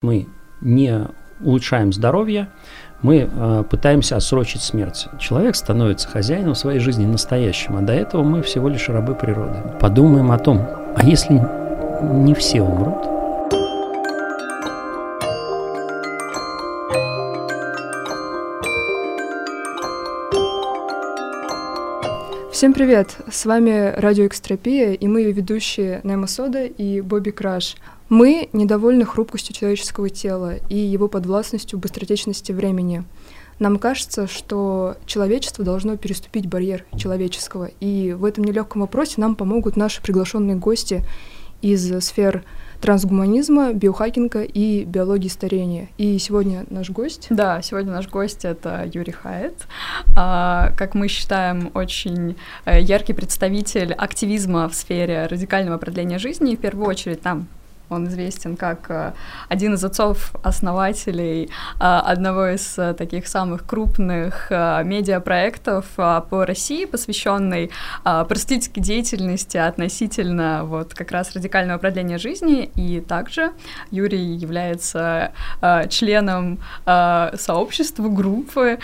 мы не улучшаем здоровье, мы пытаемся отсрочить смерть. Человек становится хозяином своей жизни настоящим, а до этого мы всего лишь рабы природы. Подумаем о том, а если не все умрут? Всем привет! С вами Радиоэкстропия, и мы ее ведущие Немо Сода и Бобби Краш. Мы недовольны хрупкостью человеческого тела и его подвластностью быстротечности времени. Нам кажется, что человечество должно переступить барьер человеческого, и в этом нелегком вопросе нам помогут наши приглашенные гости из сфер трансгуманизма, биохакинга и биологии старения. И сегодня наш гость... Да, сегодня наш гость — это Юрий Хаит. Как мы считаем, очень яркий представитель активизма в сфере радикального продления жизни. И в первую очередь нам он известен как один из отцов-основателей одного из таких самых крупных медиапроектов по России, посвященный просветительской деятельности относительно вот как раз радикального продления жизни. И также Юрий является членом сообщества, группы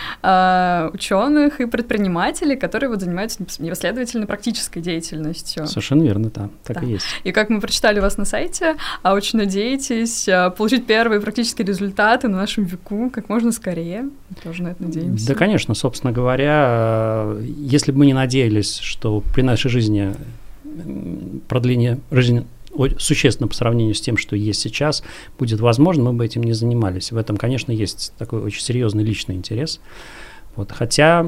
ученых и предпринимателей, которые вот занимаются непоследовательной практической деятельностью. Совершенно верно, да, так и есть. И как мы прочитали у вас на сайте, очень надеетесь получить первые практические результаты на нашем веку как можно скорее. Мы тоже на это надеемся. Да, конечно, собственно говоря, если бы мы не надеялись, что при нашей жизни продление жизни существенно по сравнению с тем, что есть сейчас, будет возможно, мы бы этим не занимались. В этом, конечно, есть такой очень серьезный личный интерес. Вот, хотя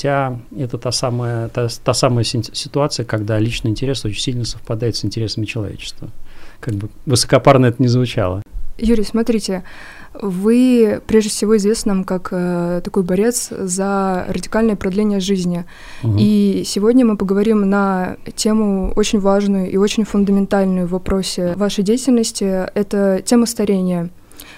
это та самая ситуация, когда личный интерес очень сильно совпадает с интересами человечества. Как бы высокопарно это не звучало. Юрий, смотрите, вы прежде всего известны нам как такой борец за радикальное продление жизни. И сегодня мы поговорим на тему очень важную и очень фундаментальную в вопросе вашей деятельности. Это тема старения.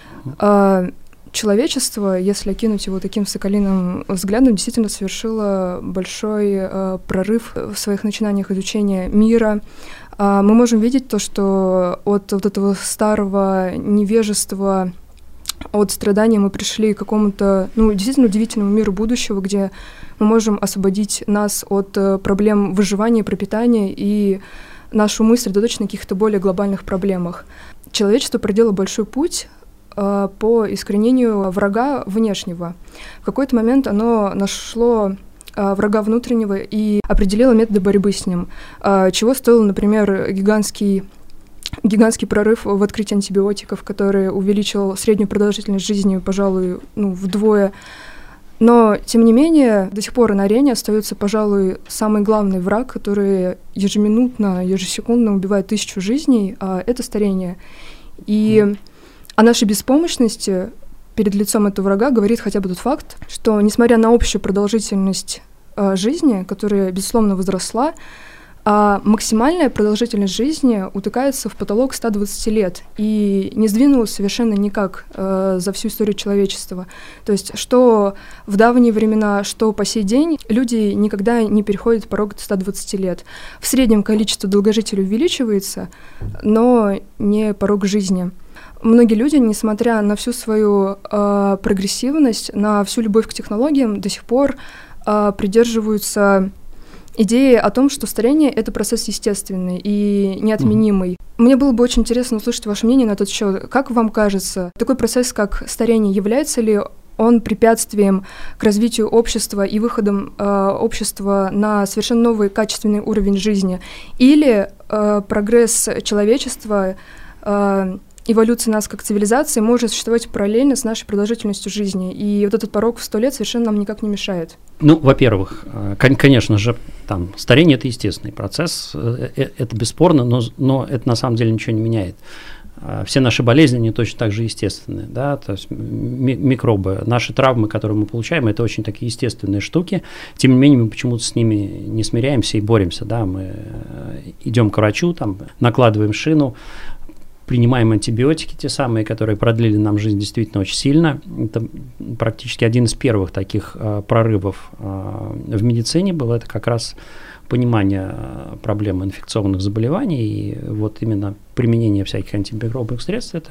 Человечество, если окинуть его таким соколиным взглядом, действительно совершило большой прорыв в своих начинаниях изучения мира. Мы можем видеть то, что от вот этого старого невежества, от страдания мы пришли к какому-то, действительно удивительному миру будущего, где мы можем освободить нас от проблем выживания, пропитания и нашу мысль сосредоточить на каких-то более глобальных проблемах. Человечество проделало большой путь по искоренению врага внешнего. В какой-то момент оно нашло врага внутреннего и определило методы борьбы с ним, чего стоил, например, гигантский прорыв в открытии антибиотиков, который увеличил среднюю продолжительность жизни, пожалуй, вдвое. Но, тем не менее, до сих пор на арене остается, пожалуй, самый главный враг, который ежеминутно, ежесекундно убивает 1000 жизней, это старение. И о нашей беспомощности перед лицом этого врага говорит хотя бы тот факт, что, несмотря на общую продолжительность жизни, которая, безусловно, возросла, максимальная продолжительность жизни утыкается в потолок 120 лет и не сдвинулась совершенно никак за всю историю человечества. То есть что в давние времена, что по сей день люди никогда не переходят порог 120 лет. В среднем количество долгожителей увеличивается, но не порог жизни. Многие люди, несмотря на всю свою прогрессивность, на всю любовь к технологиям, до сих пор придерживаются идеи о том, что старение — это процесс естественный и неотменимый. Мне было бы очень интересно услышать ваше мнение на этот счет. Как вам кажется, такой процесс, как старение, является ли он препятствием к развитию общества и выходом общества на совершенно новый качественный уровень жизни? Или прогресс человечества, эволюция нас как цивилизации может существовать параллельно с нашей продолжительностью жизни, и вот этот порог в 100 лет совершенно нам никак не мешает? Во-первых, конечно же, старение – это естественный процесс, это бесспорно, но это на самом деле ничего не меняет. Все наши болезни, они точно так же естественные, да, то есть микробы, наши травмы, которые мы получаем, это очень такие естественные штуки, тем не менее мы почему-то с ними не смиряемся и боремся, да, мы идем к врачу, накладываем шину, принимаем антибиотики, те самые, которые продлили нам жизнь действительно очень сильно. Это практически один из первых таких прорывов в медицине был. Это как раз понимание проблемы инфекционных заболеваний. И вот именно применение всяких антимикробных средств – это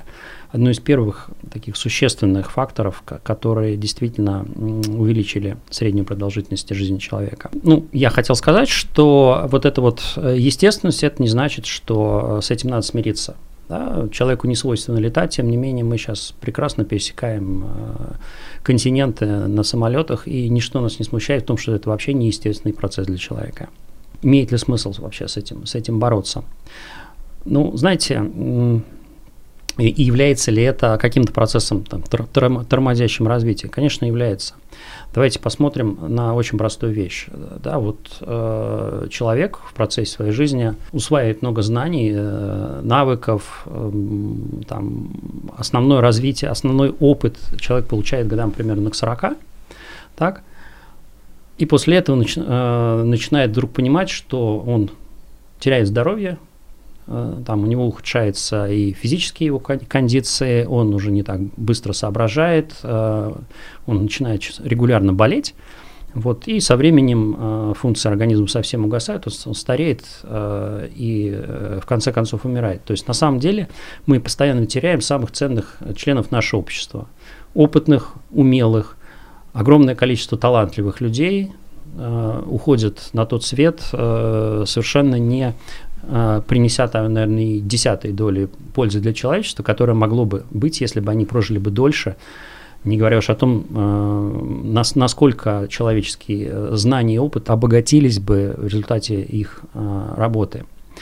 одно из первых таких существенных факторов, которые действительно увеличили среднюю продолжительность жизни человека. Ну, я хотел сказать, что вот эта вот естественность, это не значит, что с этим надо смириться. Да? Человеку не свойственно летать, тем не менее мы сейчас прекрасно пересекаем континенты на самолетах, и ничто нас не смущает в том, что это вообще неестественный процесс для человека. Имеет ли смысл вообще с этим бороться? Ну, знаете, и является ли это каким-то процессом тормозящим развития? Конечно, является. Давайте посмотрим на очень простую вещь. Да, вот человек в процессе своей жизни усваивает много знаний, навыков, там, основное развитие, основной опыт человек получает годам примерно к 40, так? И после этого начинает вдруг понимать, что он теряет здоровье, там у него ухудшаются и физические его кондиции, он уже не так быстро соображает, он начинает регулярно болеть, вот, и со временем функции организма совсем угасают, он стареет и в конце концов умирает. То есть на самом деле мы постоянно теряем самых ценных членов нашего общества, опытных, умелых, огромное количество талантливых людей уходит на тот свет, совершенно не принеся, там, наверное, и 10 доли пользы для человечества, которое могло бы быть, если бы они прожили бы дольше, не говоря уж о том, насколько человеческие знания и опыт обогатились бы в результате их работы.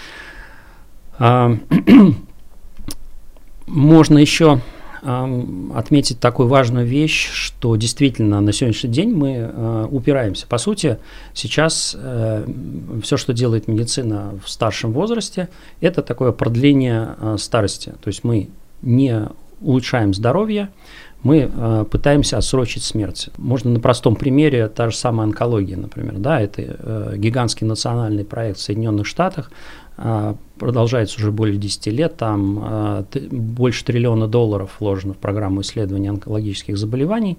Можно еще отметить такую важную вещь, что действительно на сегодняшний день мы упираемся. По сути, сейчас все, что делает медицина в старшем возрасте, это такое продление старости. То есть мы не улучшаем здоровье, мы пытаемся отсрочить смерть. Можно на простом примере, та же самая онкология, например. Да, это гигантский национальный проект в Соединенных Штатах, продолжается уже более 10 лет, там больше $1 триллиона вложено в программу исследования онкологических заболеваний.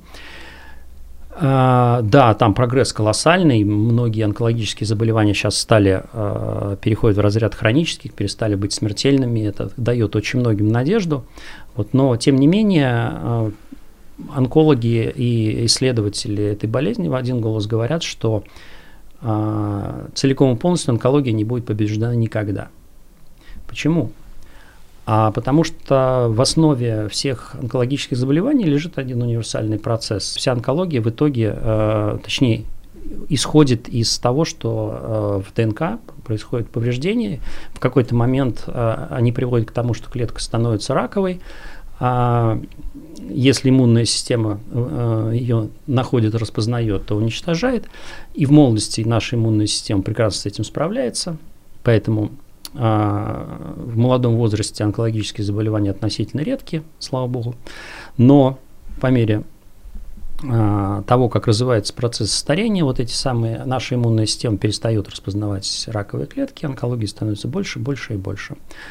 Да, там прогресс колоссальный, многие онкологические заболевания сейчас переходят в разряд хронических, перестали быть смертельными, это дает очень многим надежду, вот, но тем не менее онкологи и исследователи этой болезни в один голос говорят, что целиком и полностью онкология не будет побеждена никогда. Почему? Потому что в основе всех онкологических заболеваний лежит один универсальный процесс. Вся онкология в итоге, точнее, исходит из того, что в ДНК происходит повреждение. В какой-то момент они приводят к тому, что клетка становится раковой. Если иммунная система ее находит, распознает, то уничтожает. И в молодости наша иммунная система прекрасно с этим справляется. Поэтому в молодом возрасте онкологические заболевания относительно редкие, слава богу. Но по мере того, как развивается процесс старения, вот эти самые, наша иммунная система перестает распознавать раковые клетки, онкологии становится больше, больше и больше.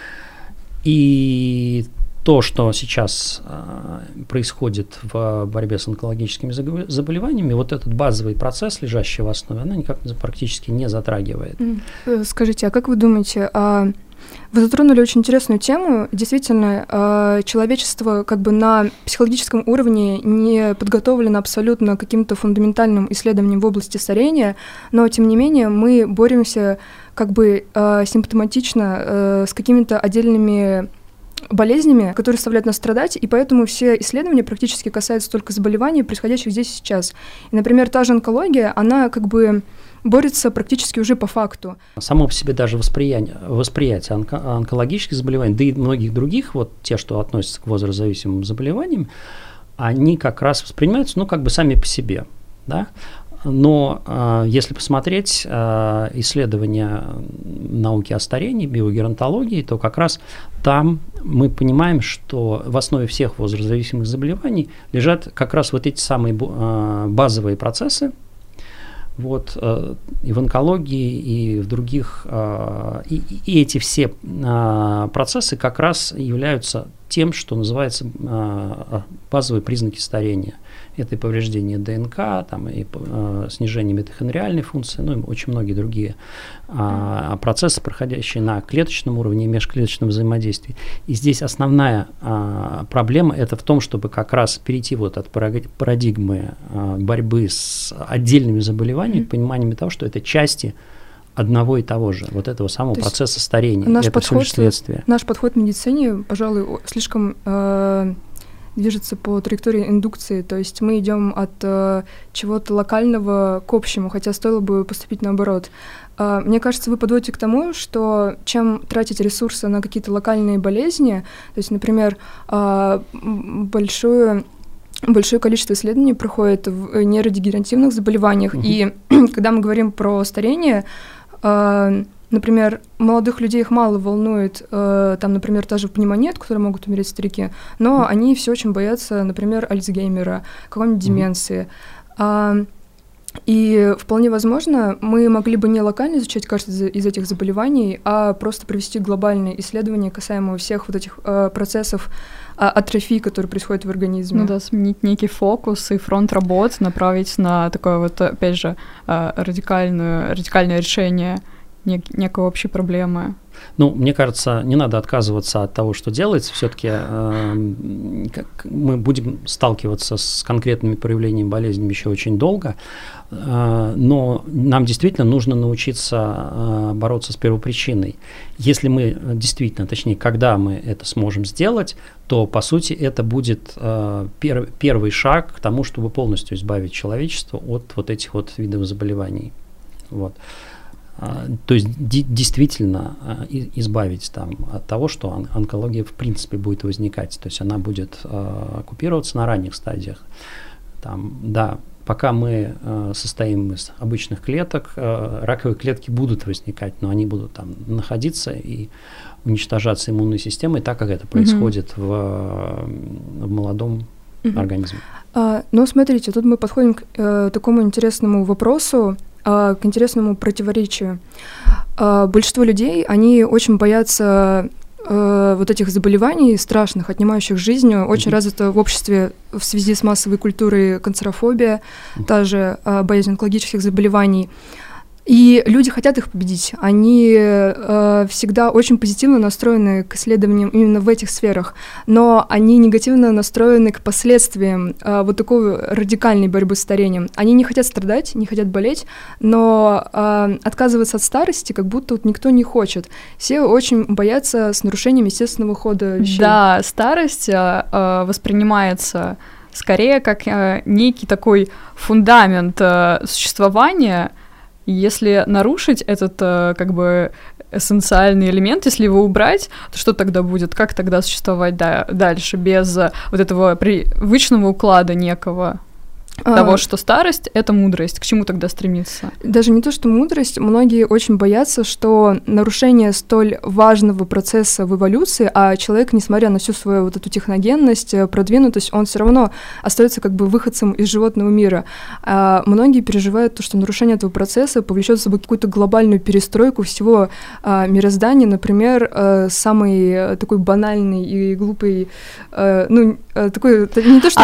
И то, что сейчас происходит в борьбе с онкологическими заболеваниями, вот этот базовый процесс, лежащий в основе, она никак практически не затрагивает. Скажите, а как вы думаете, вы затронули очень интересную тему. Действительно, человечество как бы на психологическом уровне не подготовлено абсолютно к каким-то фундаментальным исследованиям в области старения, но, тем не менее, мы боремся как бы симптоматично с какими-то отдельными болезнями, которые заставляют нас страдать, и поэтому все исследования практически касаются только заболеваний, происходящих здесь и сейчас. И, например, та же онкология, она как бы борется практически уже по факту. Само по себе даже восприятие онкологических заболеваний, да и многих других, вот те, что относятся к возрастзависимым заболеваниям, они как раз воспринимаются, ну, как бы сами по себе, да. Но если посмотреть исследования науки о старении, биогеронтологии, то как раз там мы понимаем, что в основе всех возрастзависимых заболеваний лежат как раз вот эти самые базовые процессы. Вот, и в онкологии, и в других, и эти все процессы как раз являются тем, что называется базовые признаки старения. Это и повреждение ДНК, там, и снижение митохондриальной функции, ну и очень многие другие процессы, проходящие на клеточном уровне и межклеточном взаимодействии. И здесь основная проблема это в том, чтобы как раз перейти вот от парадигмы борьбы с отдельными заболеваниями к пониманию того, что это части одного и того же, вот этого самого процесса старения. Это всего лишь следствие. Наш подход к медицине, пожалуй, слишком движется по траектории индукции, то есть мы идем от чего-то локального к общему, хотя стоило бы поступить наоборот. Мне кажется, вы подводите к тому, что чем тратить ресурсы на какие-то локальные болезни, то есть, например, большое количество исследований проходит в нейродегенеративных заболеваниях, и когда мы говорим про старение, например, молодых людей их мало волнует, там, например, та же пневмония, от которой могут умереть старики, но они все очень боятся, например, Альцгеймера, какой-нибудь деменции. И вполне возможно, мы могли бы не локально изучать каждый из этих заболеваний, а просто провести глобальные исследования касаемо всех вот этих процессов атрофии, которые происходят в организме. Ну да, сменить некий фокус и фронт работ направить на такое вот, опять же, радикальное решение некой общей проблемы. Ну, мне кажется, не надо отказываться от того, что делается. Все-таки мы будем сталкиваться с конкретными проявлениями болезни еще очень долго, но нам действительно нужно научиться бороться с первопричиной. Если мы действительно, точнее, когда мы это сможем сделать, то, по сути, это будет первый шаг к тому, чтобы полностью избавить человечество от вот этих вот видов заболеваний. Вот. То есть действительно избавить там, от того, что онкология в принципе будет возникать, то есть она будет купироваться на ранних стадиях. Там, да, пока мы состоим из обычных клеток, раковые клетки будут возникать, но они будут там находиться и уничтожаться иммунной системой, так как это происходит в молодом организме. Ну, смотрите, тут мы подходим к такому интересному вопросу, к интересному противоречию. Большинство людей, они очень боятся вот этих заболеваний страшных, отнимающих жизнь. Очень развита в обществе в связи с массовой культурой канцерофобия, та же боязнь онкологических заболеваний. И люди хотят их победить. Они всегда очень позитивно настроены к исследованиям именно в этих сферах, но они негативно настроены к последствиям вот такой радикальной борьбы с старением. Они не хотят страдать, не хотят болеть, но отказываться от старости как будто вот никто не хочет. Все очень боятся с нарушением естественного хода вещей. Да, старость воспринимается скорее как некий такой фундамент существования. Если нарушить этот, как бы, эссенциальный элемент, если его убрать, то что тогда будет? Как тогда существовать дальше без вот этого привычного уклада некого? Того, что старость — это мудрость. К чему тогда стремиться? Даже не то, что мудрость. Многие очень боятся, что нарушение столь важного процесса в эволюции, а человек, несмотря на всю свою вот эту техногенность, продвинутость, он все равно остается как бы выходцем из животного мира. Многие переживают то, что нарушение этого процесса повлечет за собой какую-то глобальную перестройку всего мироздания. Например, самый такой банальный и глупый, такой, не то, что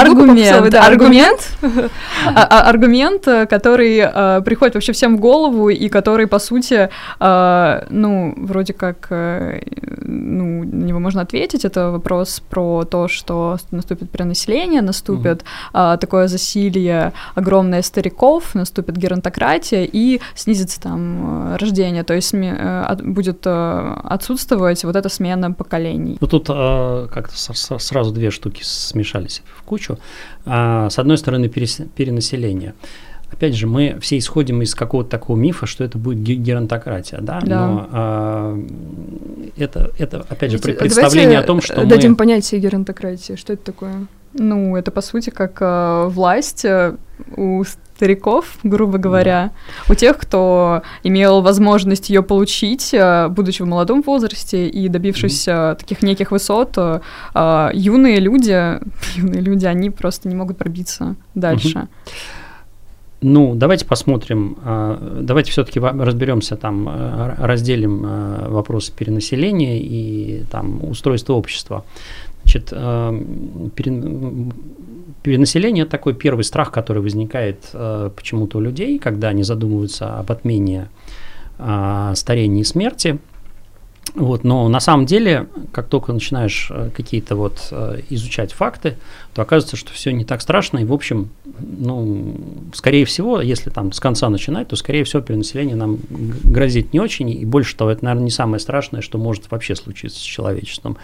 аргумент, который приходит вообще всем в голову и который, по сути, вроде как, на него можно ответить. Это вопрос про то, что наступит перенаселение, наступит такое засилье огромное стариков, наступит геронтократия и снизится там рождение, то есть будет отсутствовать вот эта смена поколений. Ну тут как-то сразу две штуки смешались в кучу. С одной стороны, перенаселение. Опять же, мы все исходим из какого-то такого мифа, что это будет геронтократия, да? Но это опять же, представление о том, что дадим понятие геронтократии. Что это такое? Ну, это, по сути, как власть у стариков, грубо говоря, у тех, кто имел возможность ее получить, будучи в молодом возрасте и добившись таких неких высот, юные люди, они просто не могут пробиться дальше. Ну, давайте посмотрим, давайте все-таки разберемся, там, разделим вопросы перенаселения и там устройства общества. Значит, перенаселение – это такой первый страх, который возникает почему-то у людей, когда они задумываются об отмене старения и смерти. Вот, но на самом деле, как только начинаешь какие-то вот изучать факты, то оказывается, что все не так страшно, и, в общем, ну, скорее всего, если там с конца начинать, то, скорее всего, перенаселение нам грозит не очень, и больше того, это, наверное, не самое страшное, что может вообще случиться с человечеством.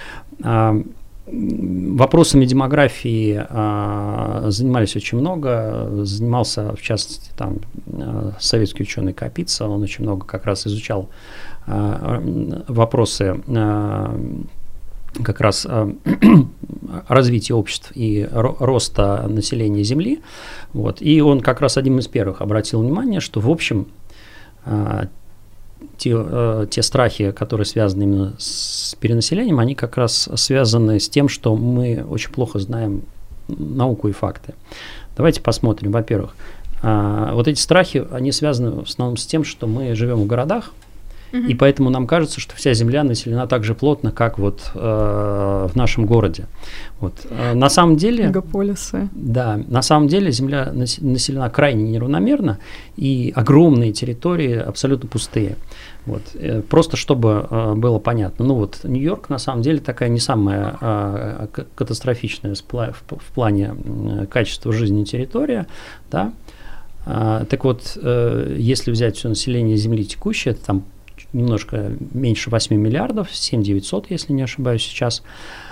Вопросами демографии занимались очень много, занимался, в частности, там, советский ученый Капица, он очень много как раз изучал вопросы как раз развития обществ и роста населения Земли. Вот. И он как раз одним из первых обратил внимание, что, в общем, те страхи, которые связаны именно с перенаселением, они как раз связаны с тем, что мы очень плохо знаем науку и факты. Давайте посмотрим. Во-первых, вот эти страхи, они связаны в основном с тем, что мы живем в городах, и поэтому нам кажется, что вся Земля населена так же плотно, как вот в нашем городе. Вот. На самом деле... Мегаполисы. Да, на самом деле Земля населена крайне неравномерно, и огромные территории абсолютно пустые. Вот. Просто чтобы было понятно. Ну вот Нью-Йорк на самом деле такая не самая катастрофичная в плане качества жизни территория, да. Так вот, если взять все население Земли текущее, это там немножко меньше 8 миллиардов, 7 900, если не ошибаюсь сейчас,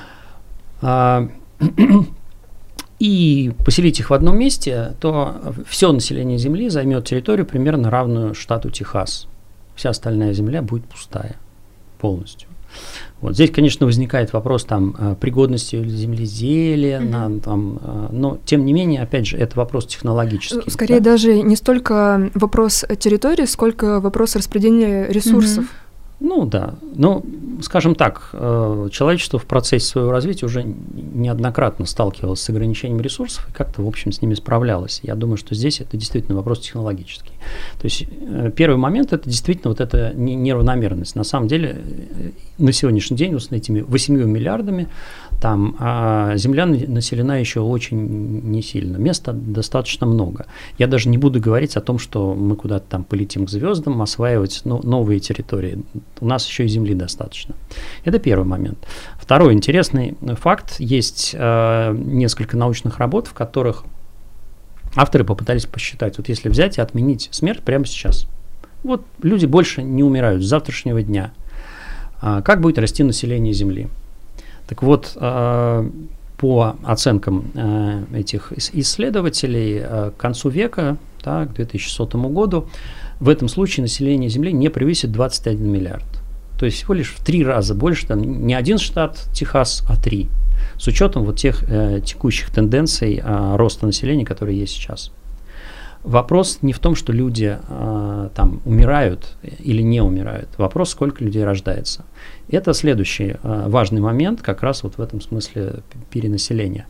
и поселить их в одном месте, то все население Земли займет территорию примерно равную штату Техас. Вся остальная Земля будет пустая полностью. Вот. Здесь, конечно, возникает вопрос там, пригодности земледелия, но, тем не менее, опять же, это вопрос технологический. Скорее, даже не столько вопрос территории, сколько вопрос распределения ресурсов. Ну да, но, скажем так, человечество в процессе своего развития уже неоднократно сталкивалось с ограничением ресурсов и как-то, в общем, с ними справлялось. Я думаю, что здесь это действительно вопрос технологический. То есть первый момент – это действительно вот эта неравномерность. На самом деле на сегодняшний день вот с этими 8 миллиардами там Земля населена еще очень не сильно, места достаточно много. Я даже не буду говорить о том, что мы куда-то там полетим к звездам, осваивать новые территории. У нас еще и Земли достаточно. Это первый момент. Второй интересный факт. Есть несколько научных работ, в которых авторы попытались посчитать, вот если взять и отменить смерть прямо сейчас. Вот люди больше не умирают с завтрашнего дня. Как будет расти население Земли? Так вот, по оценкам этих исследователей, к концу века, да, к 2100 году, в этом случае население Земли не превысит 21 миллиард. То есть всего лишь в 3 раза больше, там, не один штат Техас, а 3. С учетом вот тех текущих тенденций роста населения, которые есть сейчас. Вопрос не в том, что люди там умирают или не умирают. Вопрос, сколько людей рождается. Это следующий важный момент, как раз вот в этом смысле перенаселения.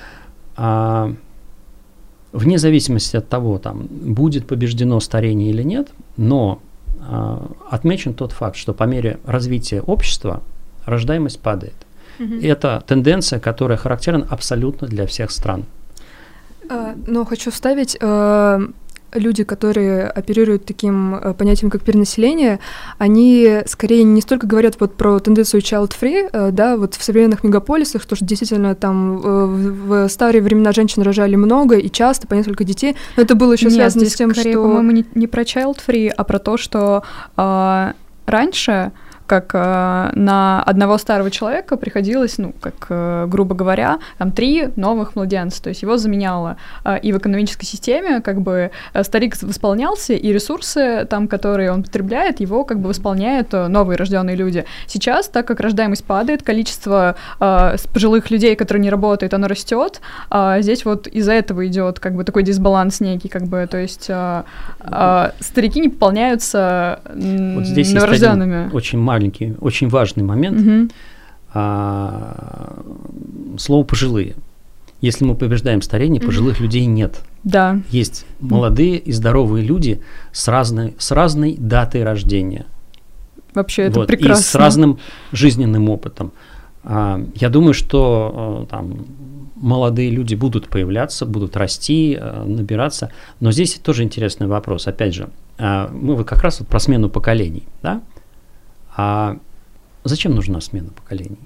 Вне зависимости от того, там, будет побеждено старение или нет, но отмечен тот факт, что по мере развития общества рождаемость падает. Это тенденция, которая характерна абсолютно для всех стран. Но хочу вставить, люди, которые оперируют таким понятием, как перенаселение, они скорее не столько говорят вот про тенденцию child-free, да, вот в современных мегаполисах, то, что действительно там в старые времена женщин рожали много и часто, по несколько детей, но это было еще связано с тем, скорее, что... по-моему, не про child-free, а про то, что раньше... как на одного старого человека приходилось, ну, как, грубо говоря, там 3 новых младенца, то есть его заменяло. И в экономической системе, как бы, старик восполнялся, и ресурсы, там, которые он потребляет, его, как бы, восполняют новые рожденные люди. Сейчас, так как рождаемость падает, количество пожилых людей, которые не работают, оно растет, здесь вот из-за этого идет, как бы, такой дисбаланс некий, как бы, то есть старики не пополняются вот здесь новорожденными. Есть очень маленький, очень важный момент. Слово «пожилые». Если мы побеждаем старение, пожилых людей нет. Да. Есть молодые и здоровые люди с разной датой рождения. Вообще это вот, прекрасно. И с разным жизненным опытом. Я думаю, что там молодые люди будут появляться, будут расти, набираться. Но здесь тоже интересный вопрос. Опять же, мы как раз вот про смену поколений. Да? А зачем нужна смена поколений?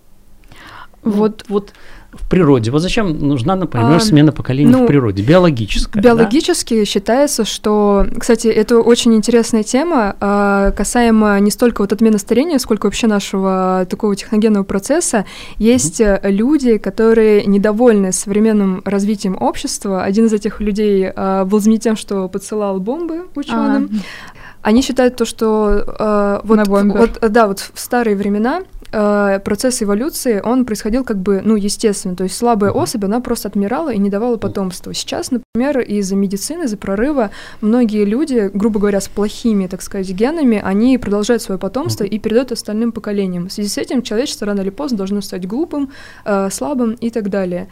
Вот в природе. Вот зачем нужна, например, смена поколений в природе? Биологическая. Биологически считается, что... Кстати, это очень интересная тема, касаемо не столько вот отмены старения, сколько вообще нашего такого техногенного процесса. Есть люди, которые недовольны современным развитием общества. Один из этих людей был знаменит тем, что подсылал бомбы ученым. Они считают то, что вот в старые времена процесс эволюции, он происходил как бы, естественно, то есть слабая особь, она просто отмирала и не давала потомства. Сейчас, например, из-за медицины, из-за прорыва, многие люди, грубо говоря, с плохими, так сказать, генами, они продолжают свое потомство и передают остальным поколениям. В связи с этим человечество рано или поздно должно стать глупым, слабым и так далее.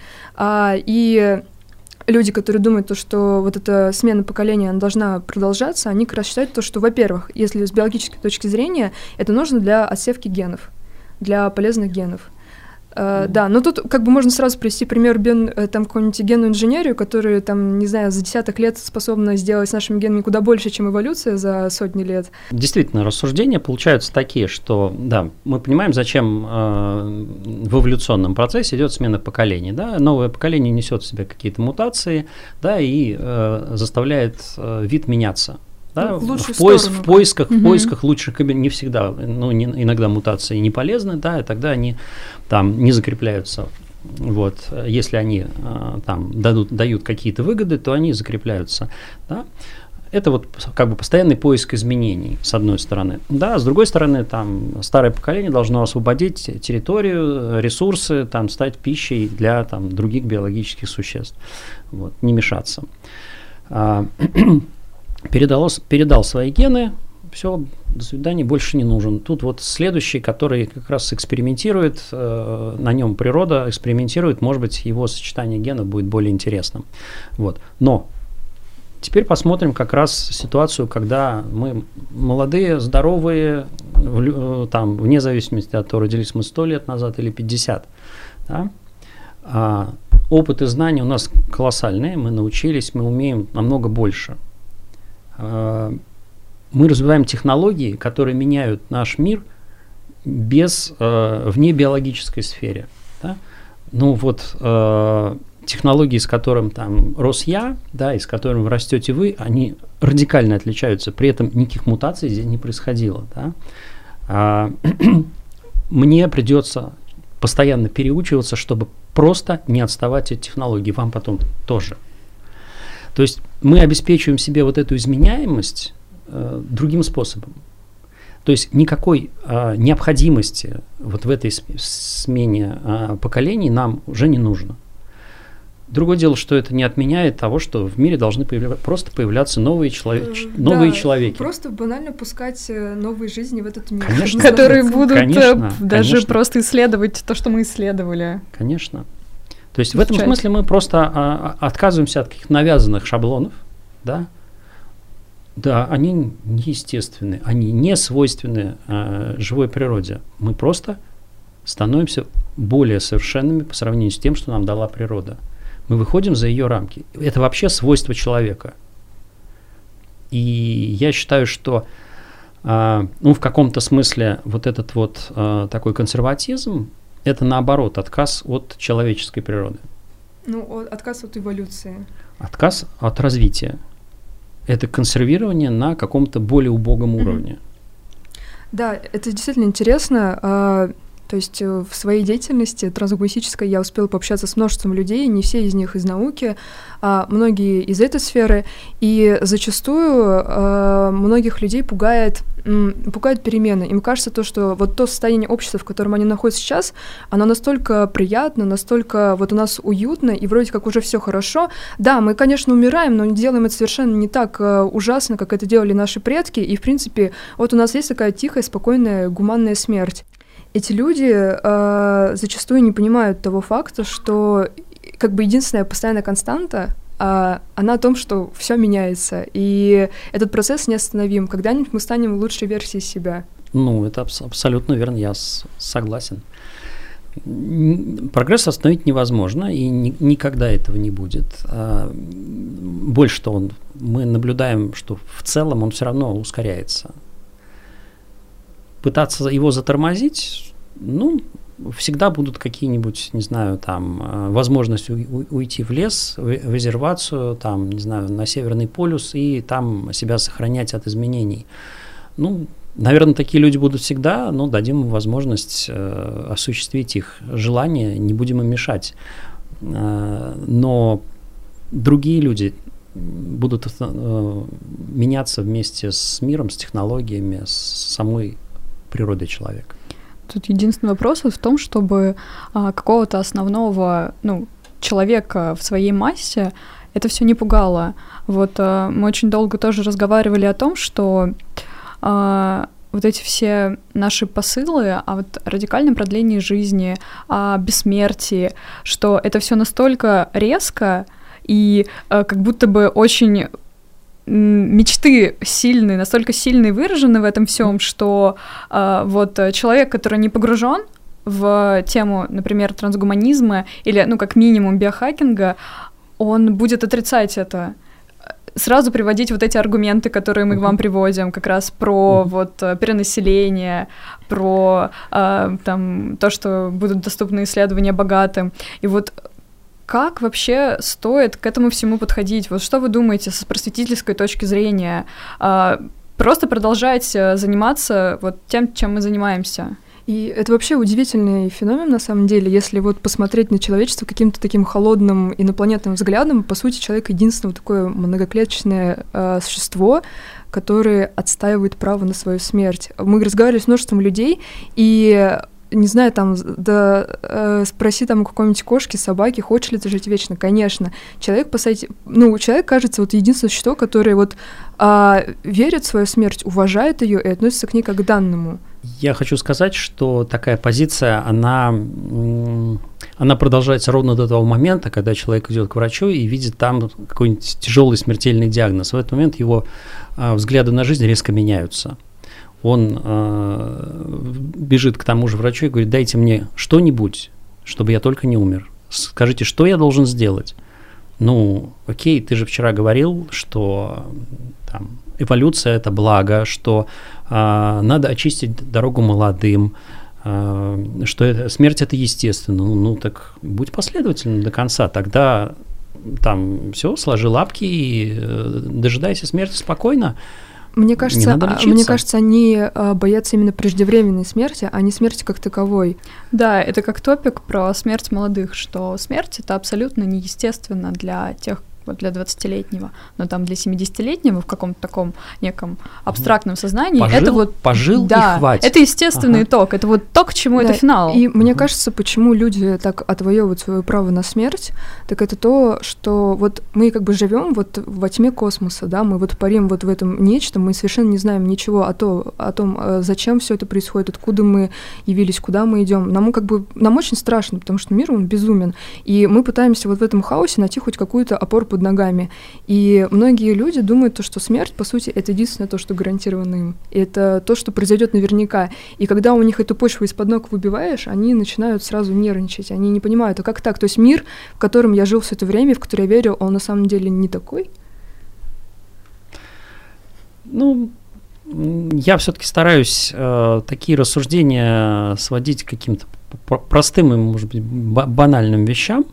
И люди, которые думают, что вот эта смена поколения она должна продолжаться, они как раз считают то, что, во-первых, если с биологической точки зрения, это нужно для отсевки генов, для полезных генов. Да, но тут как бы можно сразу привести пример там какую-нибудь генную инженерию, которая там, не знаю, за десяток лет способна сделать с нашими генами куда больше, чем эволюция за сотни лет. Действительно, рассуждения получаются такие, что, да, мы понимаем, зачем в эволюционном процессе идет смена поколений, да, новое поколение несет в себе какие-то мутации, да, и заставляет вид меняться. Да, в поисках лучших не всегда, иногда мутации не полезны, да, и тогда они там не закрепляются. Вот, если они там дают какие-то выгоды, то они закрепляются. Да. Это вот как бы постоянный поиск изменений, с одной стороны. Да, с другой стороны, там старое поколение должно освободить территорию, ресурсы, там, стать пищей для там, других биологических существ. Вот, не мешаться. Передал свои гены, все, до свидания, больше не нужен. Тут вот следующий, который как раз экспериментирует, на нем природа экспериментирует, может быть, его сочетание генов будет более интересным. Вот. Но теперь посмотрим как раз ситуацию, когда мы молодые, здоровые, там, вне зависимости от того, родились мы 100 лет назад или 50. Да? Опыт и знания у нас колоссальные, мы научились, мы умеем намного больше. Мы развиваем технологии, которые меняют наш мир вне биологической сфере. Да? Ну вот технологии, с которым там рос я, да, и с которым растете вы, они радикально отличаются. При этом никаких мутаций здесь не происходило. Да? Мне придется постоянно переучиваться, чтобы просто не отставать от технологий. Вам потом тоже. То есть мы обеспечиваем себе вот эту изменяемость другим способом. То есть никакой необходимости вот в этой смене поколений нам уже не нужно. Другое дело, что это не отменяет того, что в мире должны просто появляться новые человеки. Просто банально пускать новые жизни в этот мир. Конечно. Которые будут даже просто исследовать то, что мы исследовали. Конечно. То есть в этом смысле мы просто отказываемся от каких-то навязанных шаблонов, да? Да, они неестественны, они не свойственны живой природе. Мы просто становимся более совершенными по сравнению с тем, что нам дала природа. Мы выходим за ее рамки. Это вообще свойство человека. И я считаю, что в каком-то смысле вот этот вот такой консерватизм, это наоборот отказ от человеческой природы. Отказ от эволюции. Отказ от развития. Это консервирование на каком-то более убогом уровне. Да, это действительно интересно. То есть в своей деятельности трансгуманистической я успела пообщаться с множеством людей, не все из них из науки, а многие из этой сферы. И зачастую многих людей пугают перемены. Им кажется то, что вот то состояние общества, в котором они находятся сейчас, оно настолько приятно, настолько вот у нас уютно, и вроде как уже все хорошо. Да, мы, конечно, умираем, но делаем это совершенно не так ужасно, как это делали наши предки. И, в принципе, вот у нас есть такая тихая, спокойная, гуманная смерть. Эти люди зачастую не понимают того факта, что как бы единственная постоянная константа, она о том, что все меняется, и этот процесс неостановим. Когда-нибудь мы станем лучшей версией себя. Это абсолютно верно, я согласен. Прогресс остановить невозможно, и никогда этого не будет. Больше того, мы наблюдаем, что в целом он все равно ускоряется. Пытаться его затормозить, всегда будут какие-нибудь, не знаю, там, возможности уйти в лес, в резервацию, там, не знаю, на Северный полюс и там себя сохранять от изменений. Наверное, такие люди будут всегда, но дадим им возможность осуществить их желания, не будем им мешать. Но другие люди будут меняться вместе с миром, с технологиями, с самой природой человека. Тут единственный вопрос в том, чтобы какого-то основного человека в своей массе это все не пугало. Вот мы очень долго тоже разговаривали о том, что вот эти все наши посылы о радикальном продлении жизни, о бессмертии, что это все настолько резко и как будто бы очень мечты сильные, настолько сильные выражены в этом всем, что человек, который не погружен в тему, например, трансгуманизма или, как минимум, биохакинга, он будет отрицать это. Сразу приводить вот эти аргументы, которые мы к вам приводим, как раз про перенаселение, про то, что будут доступны исследования богатым. И как вообще стоит к этому всему подходить? Что вы думаете с просветительской точки зрения? Просто продолжать заниматься тем, чем мы занимаемся? И это вообще удивительный феномен, на самом деле. Если посмотреть на человечество каким-то таким холодным инопланетным взглядом, по сути, человек единственное такое многоклеточное существо, которое отстаивает право на свою смерть. Мы разговаривали с множеством людей, и не знаю, спроси у какой-нибудь кошки, собаки, хочешь ли ты жить вечно? Конечно. Человек, человек, кажется, единственное существо, которое верит в свою смерть, уважает ее и относится к ней как к данному. Я хочу сказать, что такая позиция, она продолжается ровно до того момента, когда человек идет к врачу и видит там какой-нибудь тяжелый смертельный диагноз. В этот момент его взгляды на жизнь резко меняются. Он бежит к тому же врачу и говорит: дайте мне что-нибудь, чтобы я только не умер. Скажите, что я должен сделать? Окей, ты же вчера говорил, что эволюция – это благо, что надо очистить дорогу молодым, что смерть – это естественно. Так будь последовательным до конца, тогда все, сложи лапки и дожидайся смерти спокойно. Мне кажется, они боятся именно преждевременной смерти, а не смерти как таковой. Да, это как топик про смерть молодых, что смерть — это абсолютно неестественно для тех, для 20-летнего, но для 70-летнего в каком-то таком неком абстрактном сознании пожил и хватит. Это естественный итог, это то, к чему это финал. И мне кажется, почему люди так отвоевывают свое право на смерть, так это то, что мы живем во тьме космоса, да, мы парим в этом нечто, мы совершенно не знаем ничего о том, зачем все это происходит, откуда мы явились, куда мы идем. Нам очень страшно, потому что мир, он безумен, и мы пытаемся в этом хаосе найти хоть какую-то опору под ногами. И многие люди думают, что смерть, по сути, это единственное то, что гарантировано им. И это то, что произойдет наверняка. И когда у них эту почву из-под ног выбиваешь, они начинают сразу нервничать. Они не понимают, а как так? То есть мир, в котором я жил все это время, в который я верил, он на самом деле не такой? Я все-таки стараюсь такие рассуждения сводить к каким-то простым и, может быть, банальным вещам.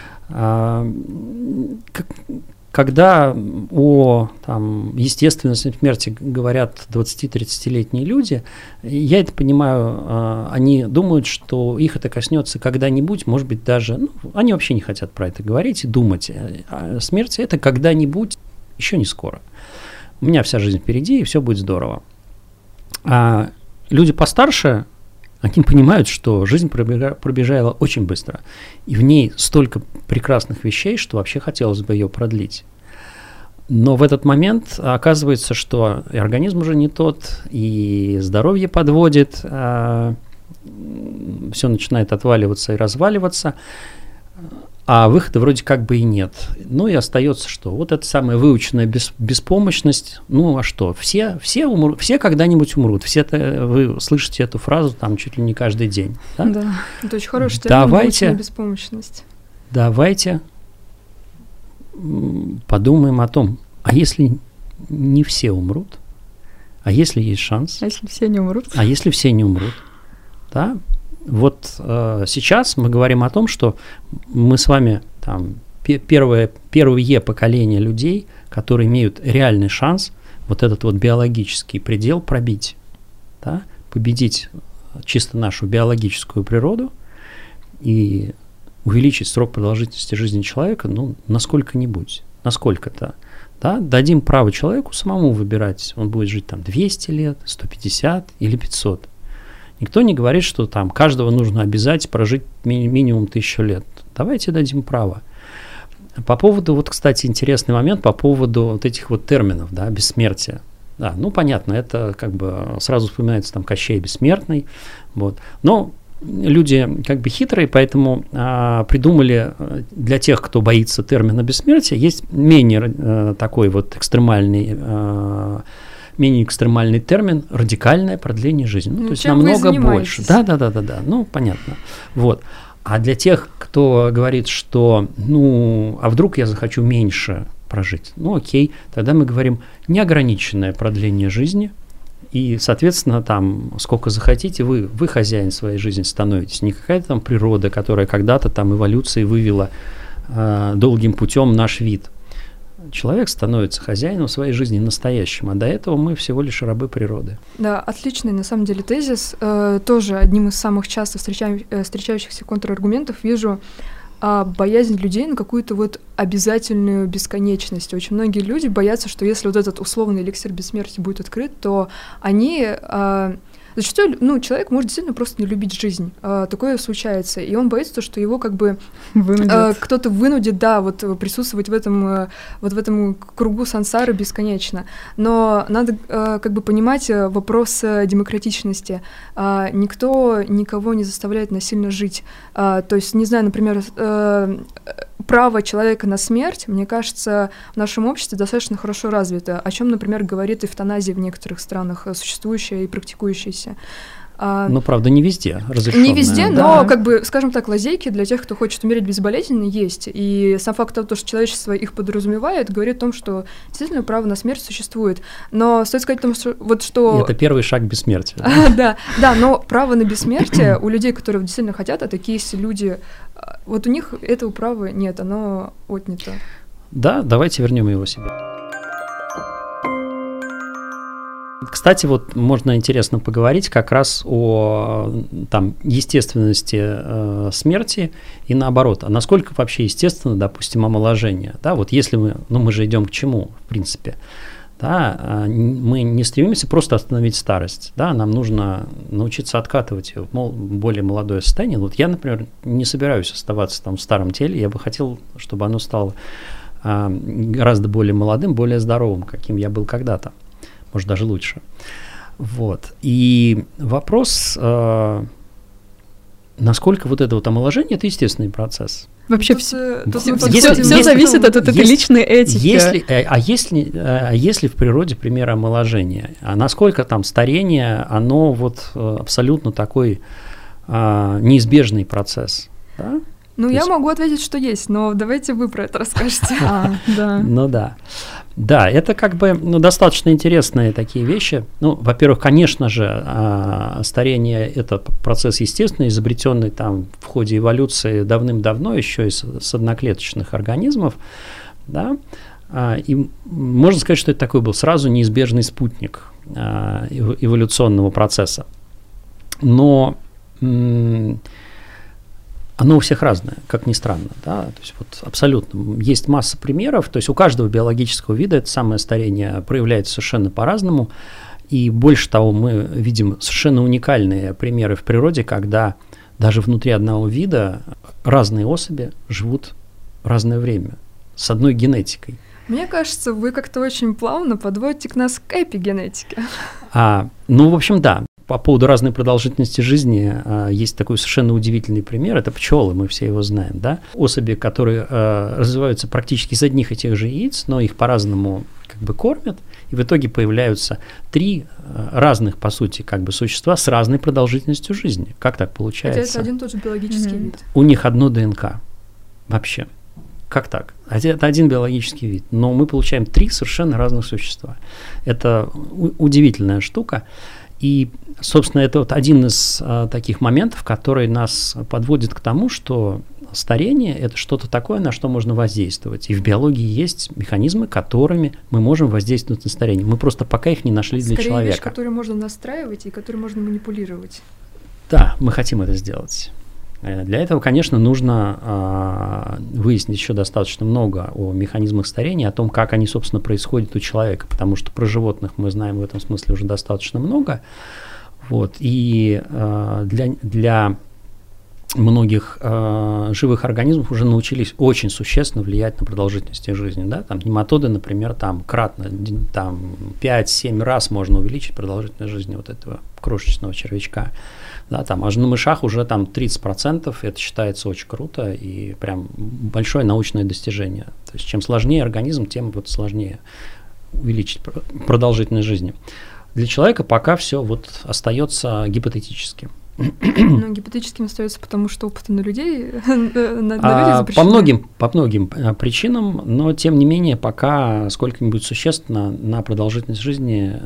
Когда о естественной смерти говорят 20-30-летние люди, я это понимаю, они думают, что их это коснется когда-нибудь, может быть, даже, они вообще не хотят про это говорить и думать. А смерть – это когда-нибудь, еще не скоро. У меня вся жизнь впереди, и все будет здорово. А люди постарше, они понимают, что жизнь пробежала очень быстро, и в ней столько прекрасных вещей, что вообще хотелось бы ее продлить. Но в этот момент оказывается, что и организм уже не тот, и здоровье подводит, все начинает отваливаться и разваливаться. а выхода вроде как бы и нет. Ну и остается что? Вот эта самая выученная беспомощность. Ну а что? Все когда-нибудь умрут. Вы слышите эту фразу там чуть ли не каждый день. Да, да. Это очень хороший термин, выученная беспомощность. Давайте подумаем о том, а если не все умрут? А если есть шанс? А если все не умрут? А если все не умрут? Да? Вот сейчас мы говорим о том, что мы с вами там первое поколение людей, которые имеют реальный шанс вот этот вот биологический предел пробить, да? Победить чисто нашу биологическую природу и увеличить срок продолжительности жизни человека, ну, насколько-нибудь, насколько-то. Да? Дадим право человеку самому выбирать, он будет жить там 200 лет, 150 или 500. Никто не говорит, что там каждого нужно обязать прожить минимум 1000 лет. Давайте дадим право. По поводу, вот, кстати, интересный момент по поводу вот этих вот терминов, да, бессмертия. Да, ну, понятно, это как бы сразу вспоминается там Кощей Бессмертный, вот. Но люди как бы хитрые, поэтому придумали для тех, кто боится термина бессмертия, есть менее такой вот менее экстремальный термин радикальное продление жизни. Ну, то есть намного больше. Да, ну, понятно. Вот. А для тех, кто говорит, что, ну, а вдруг я захочу меньше прожить, ну, окей, тогда мы говорим неограниченное продление жизни, и, соответственно, там, сколько захотите, вы хозяин своей жизни становитесь, не какая-то там природа, которая когда-то там эволюцией вывела долгим путем наш вид. Человек становится хозяином своей жизни настоящим, а до этого мы всего лишь рабы природы. Да, отличный на самом деле тезис. Тоже одним из самых часто встречающихся контраргументов вижу боязнь людей на какую-то вот обязательную бесконечность. Очень многие люди боятся, что если вот этот условный эликсир бессмертия будет открыт, то они... Зачастую, ну, человек может действительно просто не любить жизнь. Такое случается. И он боится, что его как бы кто-то вынудит, да, вот присутствовать в этом кругу сансары бесконечно. Но надо как бы понимать вопрос демократичности. Никто никого не заставляет насильно жить. То есть, не знаю, например, право человека на смерть, мне кажется, в нашем обществе достаточно хорошо развито, о чем, например, говорит эвтаназия в некоторых странах, существующая и практикующаяся. Ну, правда, не везде разрешённая. Не везде, да. Но, как бы, скажем так, лазейки для тех, кто хочет умереть безболезненно, есть. И сам факт того, что человечество их подразумевает, говорит о том, что действительно право на смерть существует. Но стоит сказать о том, что... Вот что... Это первый шаг бессмертия. Да, но право на бессмертие у людей, которые действительно хотят, а такие есть люди, вот у них этого права нет, оно отнято. Да, давайте вернем его себе. Кстати, вот можно интересно поговорить как раз о там, естественности смерти и наоборот. А насколько вообще естественно, допустим, омоложение? Да, вот если мы же идем к чему, в принципе? Да, мы не стремимся просто остановить старость. Да, нам нужно научиться откатывать ее в более молодое состояние. Вот я, например, не собираюсь оставаться там в старом теле. Я бы хотел, чтобы оно стало гораздо более молодым, более здоровым, каким я был когда-то. Может, даже лучше. Вот. И вопрос, насколько вот это вот омоложение – это естественный процесс. Вообще все зависит от этой личной этики. Если в природе пример омоложения, а насколько там старение, оно вот абсолютно такой неизбежный процесс, да? Ну, я могу ответить, что есть, но давайте вы про это расскажете. Ну да. Да, это как бы достаточно интересные такие вещи. Ну, во-первых, конечно же, старение – это процесс естественный, изобретенный там в ходе эволюции давным-давно, еще из одноклеточных организмов, да. И можно сказать, что это такой был сразу неизбежный спутник эволюционного процесса. Но оно у всех разное, как ни странно, да, то есть вот абсолютно есть масса примеров, то есть у каждого биологического вида это самое старение проявляется совершенно по-разному, и больше того, мы видим совершенно уникальные примеры в природе, когда даже внутри одного вида разные особи живут разное время с одной генетикой. Мне кажется, вы как-то очень плавно подводите к нас к эпигенетике. Ну, в общем, да. по поводу разной продолжительности жизни есть такой совершенно удивительный пример. Это пчелы, мы все его знаем, да? Особи, которые развиваются практически из одних и тех же яиц, но их по-разному как бы кормят, и в итоге появляются 3 разных, по сути, как бы существа с разной продолжительностью жизни. Как так получается? Хотя это один и тот же биологический вид. У них одно ДНК вообще. Как так? Это один биологический вид, но мы получаем 3 совершенно разных существа. Это удивительная штука. И, собственно, это вот один из таких моментов, который нас подводит к тому, что старение – это что-то такое, на что можно воздействовать. И в биологии есть механизмы, которыми мы можем воздействовать на старение. Мы просто пока их не нашли для человека. Вещь, которую можно настраивать и которой можно манипулировать. Да, мы хотим это сделать. Для этого, конечно, нужно выяснить еще достаточно много о механизмах старения, о том, как они, собственно, происходят у человека, потому что про животных мы знаем в этом смысле уже достаточно много. Вот. И для многих живых организмов уже научились очень существенно влиять на продолжительность их жизни. Да? Там нематоды, например, там кратно, там 5-7 раз можно увеличить продолжительность жизни вот этого крошечного червячка. Да, там, а на мышах уже там 30%, это считается очень круто и прям большое научное достижение. То есть чем сложнее организм, тем вот сложнее увеличить продолжительность жизни. Для человека пока все вот остается гипотетическим. Ну, гипотетическим остается, потому что опыты на людей, на людях запрещены. По многим причинам, но тем не менее пока сколько-нибудь существенно на продолжительность жизни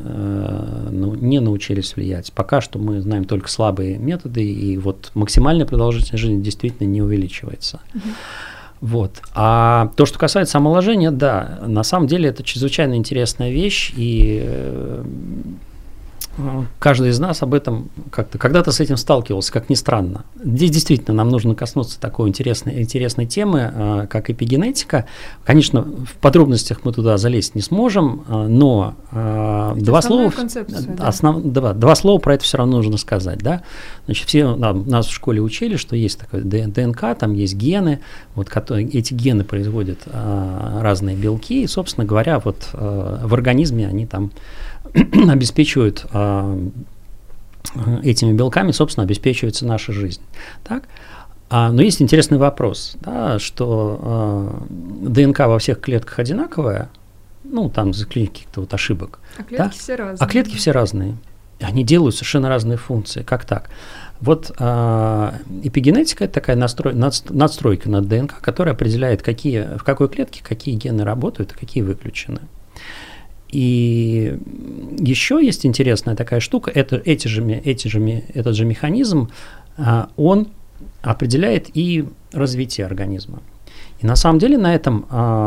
не научились влиять. Пока что мы знаем только слабые методы, и вот максимальная продолжительность жизни действительно не увеличивается. Вот. А то, что касается омоложения, да, на самом деле это чрезвычайно интересная вещь, и каждый из нас об этом как-то когда-то с этим сталкивался, как ни странно. Здесь действительно нам нужно коснуться такой интересной темы, как эпигенетика. Конечно, в подробностях мы туда залезть не сможем, но два слова про это все равно нужно сказать. Да? Значит, все нас в школе учили, что есть такое ДНК, там есть гены, вот, эти гены производят разные белки, и, собственно говоря, вот в организме они там обеспечивают этими белками, собственно, обеспечивается наша жизнь. Так? Но есть интересный вопрос, да, что ДНК во всех клетках одинаковая, ну, там за каких-то вот ошибок. А клетки все разные. А клетки все разные. Они делают совершенно разные функции. Как так? Вот эпигенетика – это такая надстройка над ДНК, которая определяет, в какой клетке какие гены работают, а какие выключены. И еще есть интересная такая штука, этот же механизм, он определяет и развитие организма. И на самом деле на этом,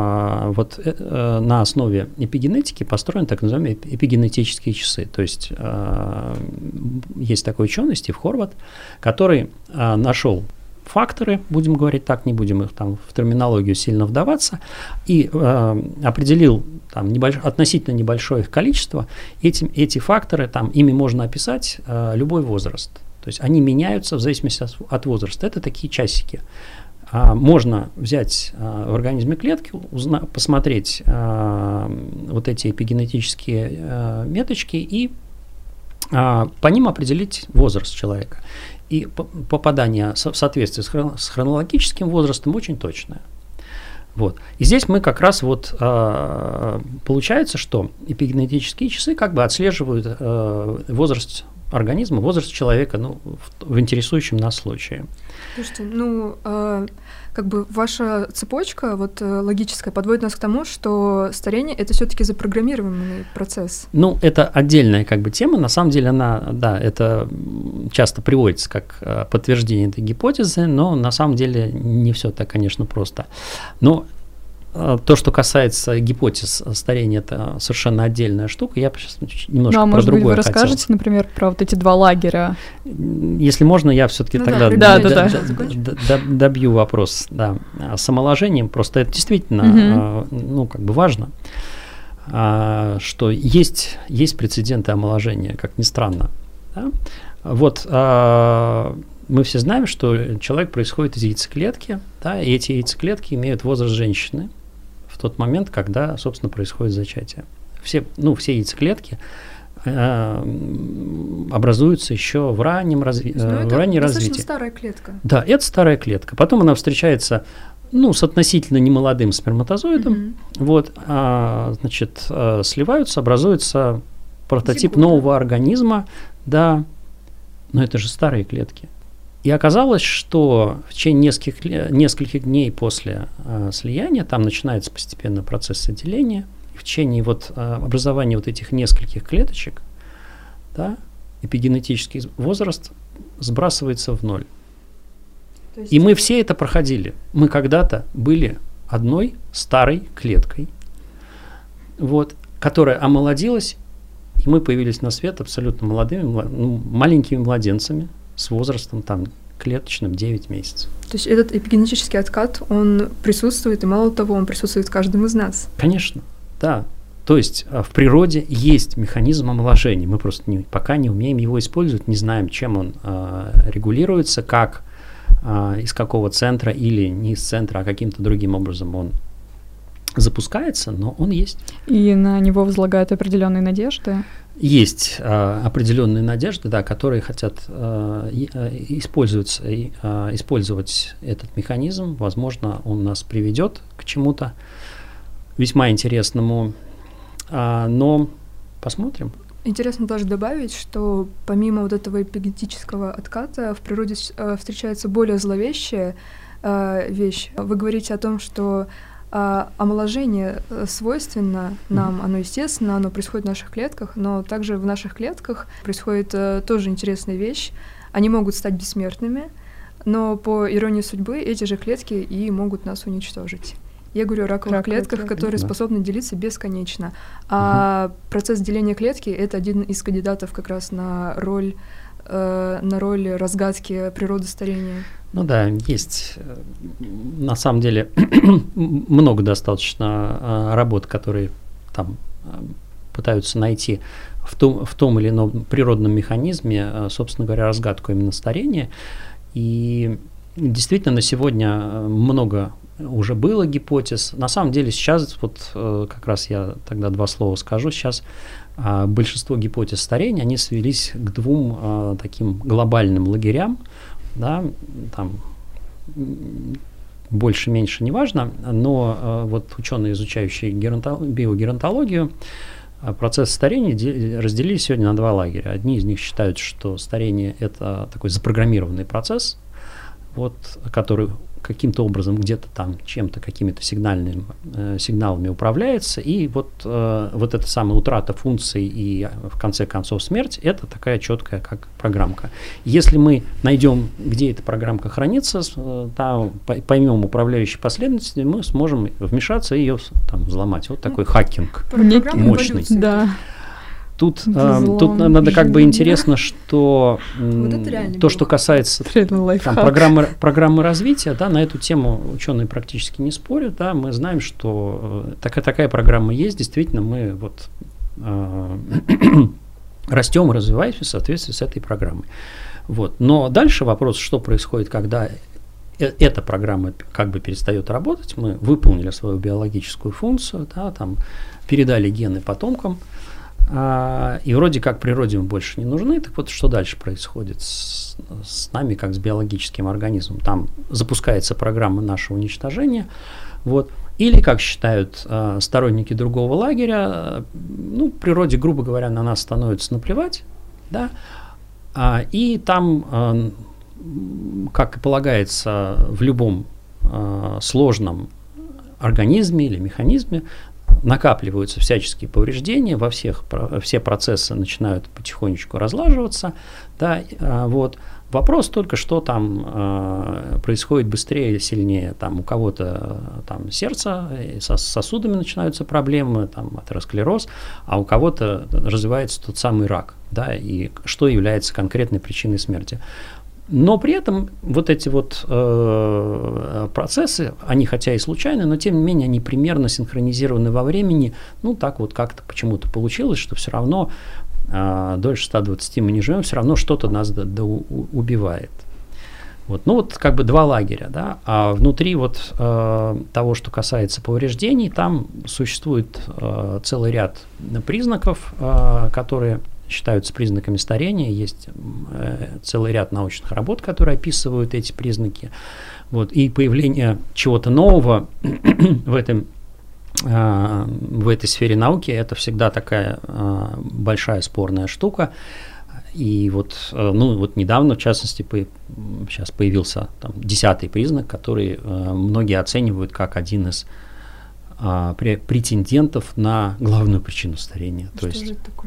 на основе эпигенетики построены так называемые эпигенетические часы. То есть есть такой ученый Стив Хорват, который нашел факторы, будем говорить так, не будем их там в терминологию сильно вдаваться, и определил там относительно небольшое их количество. Эти факторы, там, ими можно описать любой возраст. То есть они меняются в зависимости от возраста. Это такие часики. Можно взять в организме клетки, посмотреть вот эти эпигенетические меточки и по ним определить возраст человека. И попадание в соответствии с хронологическим возрастом очень точное. Вот. И здесь мы как раз вот получается, что эпигенетические часы как бы отслеживают возраст организма, возраст человека, ну, в интересующем нас случае. Слушайте, как бы ваша цепочка вот логическая подводит нас к тому, что старение — это все-таки запрограммированный процесс. Ну, это отдельная как бы тема. На самом деле это часто приводится как подтверждение этой гипотезы, но на самом деле не все так, конечно, просто. Но то, что касается гипотез старения, это совершенно отдельная штука. Я сейчас немножко про другое хотел. Может быть, вы расскажете, например, про вот эти 2 лагеря? Если можно, я все-таки тогда добью вопрос. Да. С омоложением просто это действительно как бы важно, что есть прецеденты омоложения, как ни странно. Да? Вот мы все знаем, что человек происходит из яйцеклетки, да, и эти яйцеклетки имеют возраст женщины в тот момент, когда, собственно, происходит зачатие. Все яйцеклетки образуется еще в раннем развитии. Это достаточно старая клетка. Да, это старая клетка. Потом она встречается, с относительно немолодым сперматозоидом, сливаются, образуется прототип нового организма, да, но это же старые клетки. И оказалось, что в течение нескольких дней после слияния там начинается постепенно процесс деления. В течение образования этих нескольких клеточек, да, эпигенетический возраст сбрасывается в ноль. И мы все это проходили. Мы когда-то были одной старой клеткой, которая омолодилась, и мы появились на свет абсолютно молодыми, маленькими младенцами с возрастом клеточным 9 месяцев. То есть этот эпигенетический откат, он присутствует, и мало того, он присутствует в каждом из нас. Конечно, да. То есть в природе есть механизм омоложения. Мы просто пока не умеем его использовать, не знаем, чем он регулируется, как, из какого центра или не из центра, а каким-то другим образом он запускается, но он есть. И на него возлагают определенные надежды? Есть определенные надежды, да, которые хотят использовать этот механизм. Возможно, он нас приведет к чему-то весьма интересному, но посмотрим. Интересно тоже добавить, что помимо этого эпигенетического отката в природе встречается более зловещая вещь. Вы говорите о том, что омоложение свойственно нам, оно естественно, оно происходит в наших клетках, но также в наших клетках происходит тоже интересная вещь. Они могут стать бессмертными, но по иронии судьбы эти же клетки и могут нас уничтожить. Я говорю о раковых клетках, которые способны делиться бесконечно. А процесс деления клетки — это один из кандидатов как раз на роль разгадки природы старения. Ну да, есть на самом деле много достаточно работ, которые там пытаются найти в том или ином природном механизме, собственно говоря, разгадку именно старения. И действительно на сегодня много уже было гипотез. На самом деле сейчас, как раз я тогда 2 слова скажу, сейчас большинство гипотез старения, они свелись к 2 таким глобальным лагерям, да, там больше-меньше неважно, но ученые, изучающие биогеронтологию, процесс старения разделили сегодня на 2 лагеря. Одни из них считают, что старение – это такой запрограммированный процесс, который каким-то образом где-то там чем-то, какими-то сигналами управляется, и эта самая утрата функций и в конце концов смерть – это такая четкая как программка. Если мы найдем, где эта программка хранится, поймем управляющие последовательности, мы сможем вмешаться и ее взломать. Вот такой хакинг мощный. Да. Тут надо интересно, что то, что касается программы развития, да, на эту тему ученые практически не спорят, да, мы знаем, что такая программа есть, действительно, мы растем и развиваемся в соответствии с этой программой. Но дальше вопрос, что происходит, когда эта программа перестает работать, мы выполнили свою биологическую функцию, да, передали гены потомкам, и вроде как природе мы больше не нужны, так что дальше происходит с нами, как с биологическим организмом? Там запускается программа нашего уничтожения, или, как считают сторонники другого лагеря, природе, грубо говоря, на нас становится наплевать, да, и там, как и полагается в любом сложном организме или механизме, накапливаются всяческие повреждения, все процессы начинают потихонечку разлаживаться. Да, Вопрос только, что там происходит быстрее или сильнее. У кого-то сердце, со сосудами начинаются проблемы, атеросклероз, а у кого-то развивается тот самый рак, да, и что является конкретной причиной смерти. Но при этом эти процессы, они хотя и случайны, но тем не менее они примерно синхронизированы во времени. Так как-то почему-то получилось, что все равно дольше 120 мы не живем, все равно что-то нас убивает. 2 лагеря, да, а внутри того, что касается повреждений, там существует целый ряд признаков, которые считаются признаками старения. Есть целый ряд научных работ, которые описывают эти признаки. Вот. И появление чего-то нового в этой сфере науки – это всегда такая большая спорная штука. И вот, недавно, в частности, сейчас появился там 10-й признак, который многие оценивают как один из претендентов на главную причину старения. Что же это такое?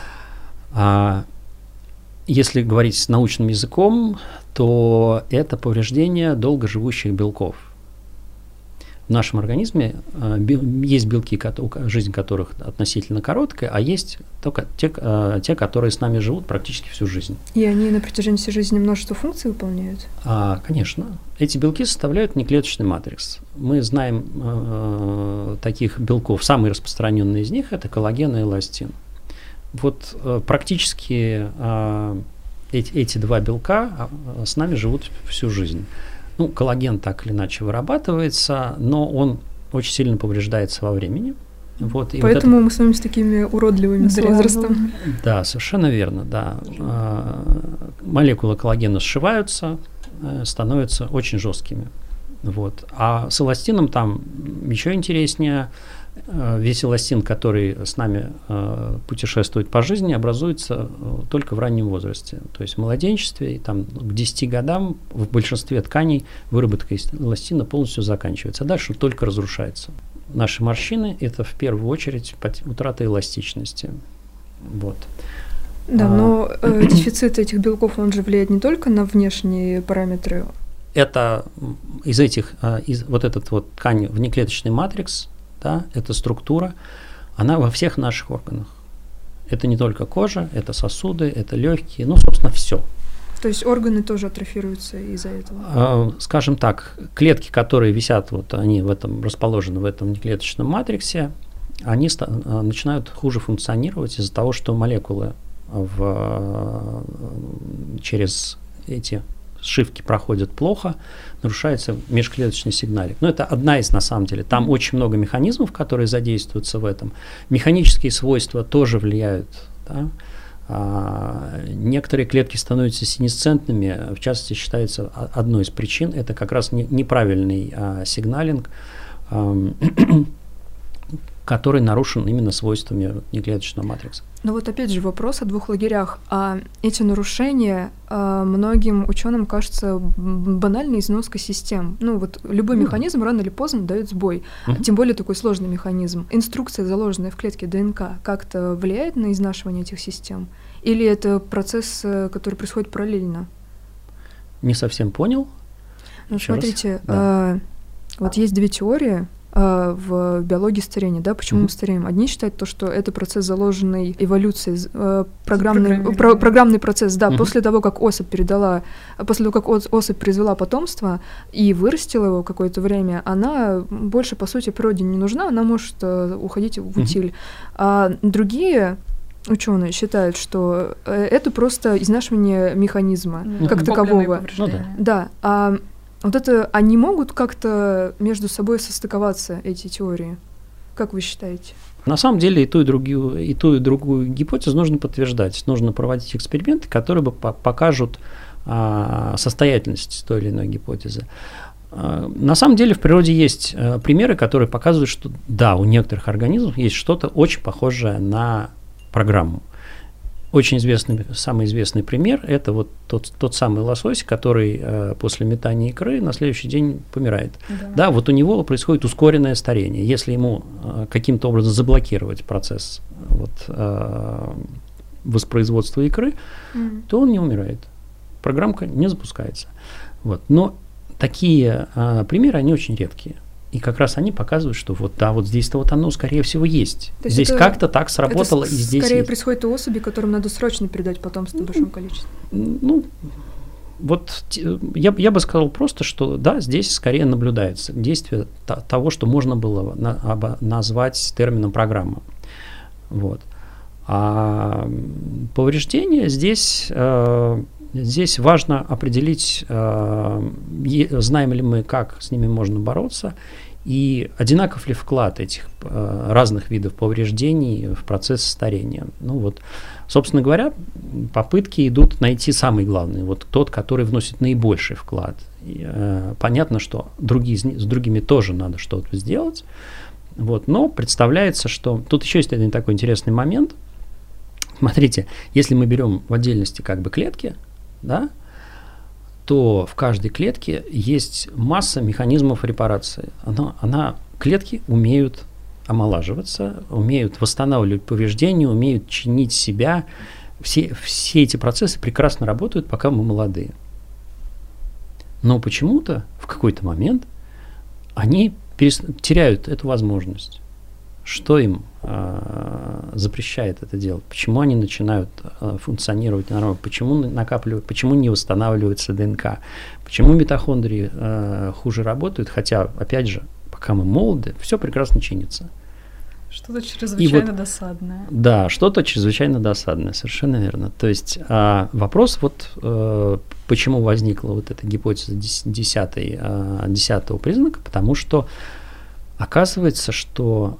Если говорить с научным языком, то это повреждение долгоживущих белков. В нашем организме есть белки, жизнь которых относительно короткая, а есть только те, которые с нами живут практически всю жизнь. И они на протяжении всей жизни множество функций выполняют? Конечно. Эти белки составляют внеклеточный матрикс. Мы знаем таких белков. Самый распространенный из них – это коллаген и эластин. Вот практически эти два белка с нами живут всю жизнь. Коллаген так или иначе вырабатывается, но он очень сильно повреждается во времени. Вот, и поэтому мы с вами с такими уродливыми с возрастом. Да, совершенно верно, да. Молекулы коллагена сшиваются, становятся очень жесткими. Вот. А с эластином там еще интереснее. Весь эластин, который с нами путешествует по жизни, образуется только в раннем возрасте. То есть в младенчестве, и там, к 10 годам в большинстве тканей выработка эластина полностью заканчивается, а дальше только разрушается. Наши морщины – это в первую очередь утрата эластичности. Вот. Да, но дефицит этих белков, он же влияет не только на внешние параметры. Это вот этот вот ткань, внеклеточный матрикс, да, эта структура, она во всех наших органах. Это не только кожа, это сосуды, это легкие, собственно, все. То есть органы тоже атрофируются из-за этого? Скажем так, клетки, которые висят, они расположены в этом внеклеточном матриксе, они начинают хуже функционировать из-за того, что молекулы через эти сшивки проходят плохо, нарушается межклеточный сигналик. Но это одна из, на самом деле. Там очень много механизмов, которые задействуются в этом. Механические свойства тоже влияют. Да? Некоторые клетки становятся синесцентными. В частности, считается одной из причин. Это как раз неправильный сигналинг, который нарушен именно свойствами внеклеточного матрикса. Но вот опять же вопрос о двух лагерях. Эти нарушения многим ученым кажутся банальной изноской систем. Любой механизм рано или поздно дает сбой. Тем более такой сложный механизм. Инструкция, заложенная в клетке ДНК, как-то влияет на изнашивание этих систем? Или это процесс, который происходит параллельно? Не совсем понял. Смотрите, вот есть две теории в биологии старения, да, почему мы стареем. Одни считают то, что это процесс заложенной эволюции, программный процесс, да, после того, как особь произвела потомство и вырастила его какое-то время, она больше, по сути, природе не нужна, она может уходить в утиль. А другие ученые считают, что это просто изнашивание механизма как такового. Да, вот это, они могут как-то между собой состыковаться, эти теории? Как вы считаете? На самом деле и ту, и другую гипотезу нужно подтверждать. Нужно проводить эксперименты, которые бы покажут состоятельность той или иной гипотезы. На самом деле в природе есть примеры, которые показывают, что да, у некоторых организмов есть что-то очень похожее на программу. Очень самый известный пример – это вот тот самый лосось, который после метания икры на следующий день помирает. Да, вот у него происходит ускоренное старение. Если ему каким-то образом заблокировать процесс воспроизводства икры, то он не умирает. Программка не запускается. Вот. Но такие примеры, они очень редкие. И как раз они показывают, что здесь-то оно, скорее всего, есть. Здесь как-то так сработало, и здесь скорее есть. Происходит у особей, которым надо срочно передать потомство в большом количестве. Я бы сказал просто, что да, здесь скорее наблюдается действие того, что можно было назвать термином программа. Вот. А повреждения здесь важно определить, знаем ли мы, как с ними можно бороться, И одинаков ли вклад этих разных видов повреждений в процесс старения? Ну вот, собственно говоря, попытки идут найти самый главный, вот тот, который вносит наибольший вклад. И, понятно, что с другими тоже надо что-то сделать, вот, но представляется, что... Тут еще есть один такой интересный момент. Смотрите, если мы берем в отдельности как бы клетки, да, то в каждой клетке есть масса механизмов репарации. Клетки умеют омолаживаться, умеют восстанавливать повреждения, умеют чинить себя. Все эти процессы прекрасно работают, пока мы молодые. Но почему-то в какой-то момент они теряют эту возможность. Что им запрещает это делать? Почему они начинают функционировать нормально? Почему не восстанавливается ДНК? Почему митохондрии хуже работают? Хотя, опять же, пока мы молоды, все прекрасно чинится. Что-то чрезвычайно досадное. Да, что-то чрезвычайно досадное, совершенно верно. То есть вопрос, почему возникла вот эта гипотеза 10-го признака, потому что оказывается, что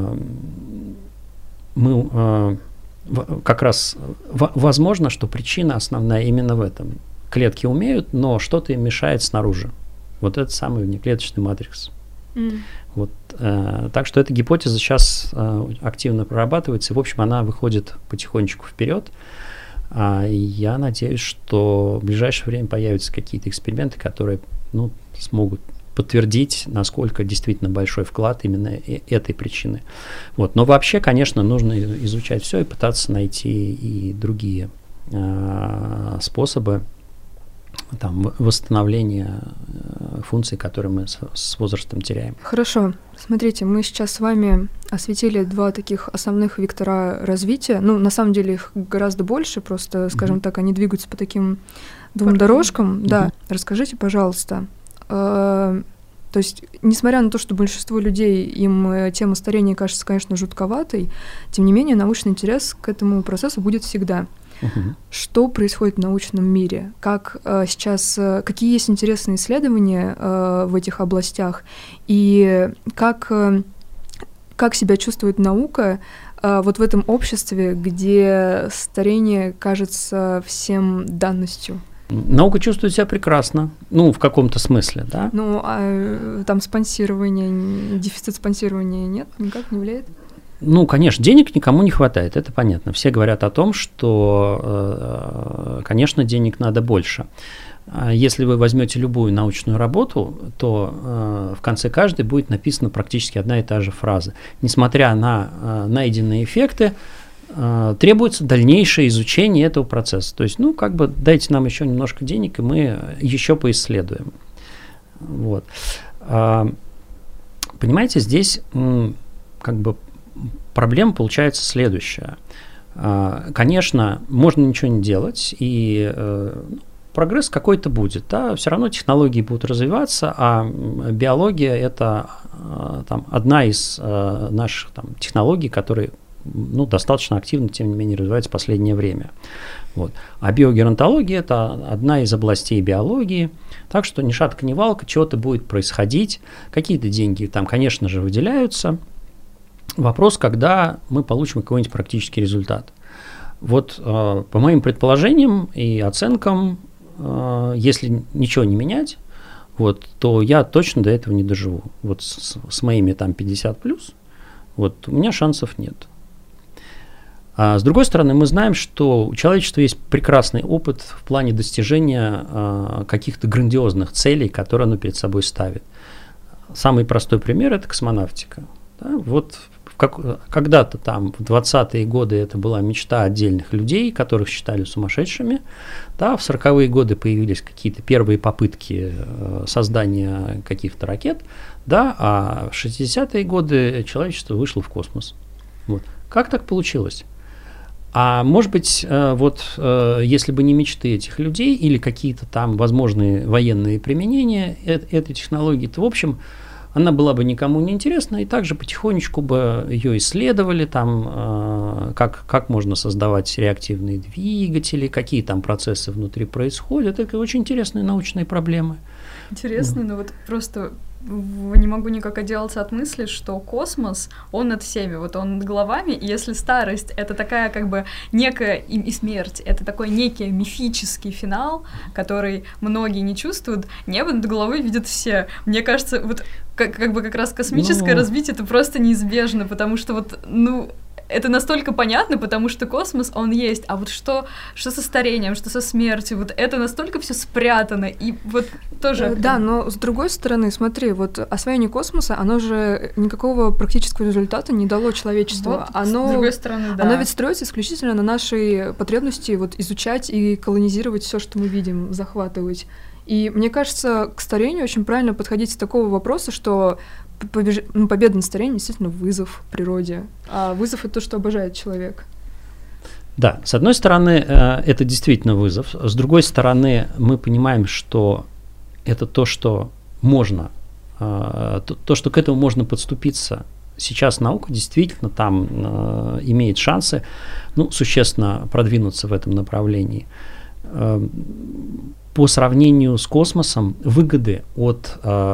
мы как раз возможно, что причина основная именно в этом. Клетки умеют, но что-то им мешает снаружи. Вот это самый внеклеточный матрикс. Вот, так что эта гипотеза сейчас активно прорабатывается, и, в общем, она выходит потихонечку вперед. Я надеюсь, что в ближайшее время появятся какие-то эксперименты, которые смогут подтвердить, насколько действительно большой вклад именно этой причины. Вот. Но вообще, конечно, нужно изучать все и пытаться найти и другие способы восстановления функций, которые мы с возрастом теряем. Хорошо. Смотрите, мы сейчас с вами осветили два таких основных вектора развития. На самом деле их гораздо больше, просто, скажем так, они двигаются по таким двум дорожкам. Да. Расскажите, пожалуйста, то есть, несмотря на то, что большинство людей, им тема старения кажется, конечно, жутковатой, тем не менее научный интерес к этому процессу будет всегда. Что происходит в научном мире? Какие есть интересные исследования в этих областях? И как себя чувствует наука вот в этом обществе, где старение кажется всем данностью? Наука чувствует себя прекрасно, в каком-то смысле, да? Там спонсирование, дефицит спонсирования нет, никак не влияет? Конечно, денег никому не хватает, это понятно. Все говорят о том, что, конечно, денег надо больше. Если вы возьмете любую научную работу, то в конце каждой будет написана практически одна и та же фраза. Несмотря на найденные эффекты, требуется дальнейшее изучение этого процесса. То есть, дайте нам еще немножко денег, и мы еще поисследуем. Вот. Понимаете, здесь проблема получается следующая. Конечно, можно ничего не делать, и прогресс какой-то будет. Да? Все равно технологии будут развиваться, а биология – это одна из наших технологий, которые достаточно активно, тем не менее, развивается в последнее время. Вот. А биогеронтология – это одна из областей биологии, так что ни шатка, ни валка, чего-то будет происходить, какие-то деньги там, конечно же, выделяются. Вопрос, когда мы получим какой-нибудь практический результат. Вот по моим предположениям и оценкам, если ничего не менять, то я точно до этого не доживу. Вот с моими 50+, у меня шансов нет. А с другой стороны, мы знаем, что у человечества есть прекрасный опыт в плане достижения каких-то грандиозных целей, которые оно перед собой ставит. Самый простой пример – это космонавтика. Да? Когда-то в 20-е годы это была мечта отдельных людей, которых считали сумасшедшими. Да? В 40-е годы появились какие-то первые попытки создания каких-то ракет, да? А в 60-е годы человечество вышло в космос. Как так получилось? А может быть, если бы не мечты этих людей или какие-то возможные военные применения этой технологии, то, в общем, она была бы никому не интересна, и также потихонечку бы ее исследовали, как можно создавать реактивные двигатели, какие там процессы внутри происходят. Это очень интересные научные проблемы. Интересные, но просто не могу никак отделаться от мысли, что космос, он над всеми, вот он над головами, и если старость — это такая как бы некая, и смерть — это такой некий мифический финал, который многие не чувствуют, небо над головой видят все. Мне кажется, вот как бы как раз космическое развитие — это просто неизбежно, потому что вот, это настолько понятно, потому что космос, он есть, а вот что со старением, что со смертью, вот это настолько все спрятано, и вот тоже... Да, но с другой стороны, смотри, вот освоение космоса, оно же никакого практического результата не дало человечеству. Вот, с другой стороны, да. Оно ведь строится исключительно на нашей потребности вот изучать и колонизировать все, что мы видим, захватывать. И мне кажется, к старению очень правильно подходить с такого вопроса, что победа над старением действительно вызов природе, а вызов — это то, что обожает человек. Да, с одной стороны, это действительно вызов, с другой стороны, мы понимаем, что это то, что можно, то, что к этому можно подступиться. Сейчас наука действительно там имеет шансы, существенно продвинуться в этом направлении. По сравнению с космосом, выгоды от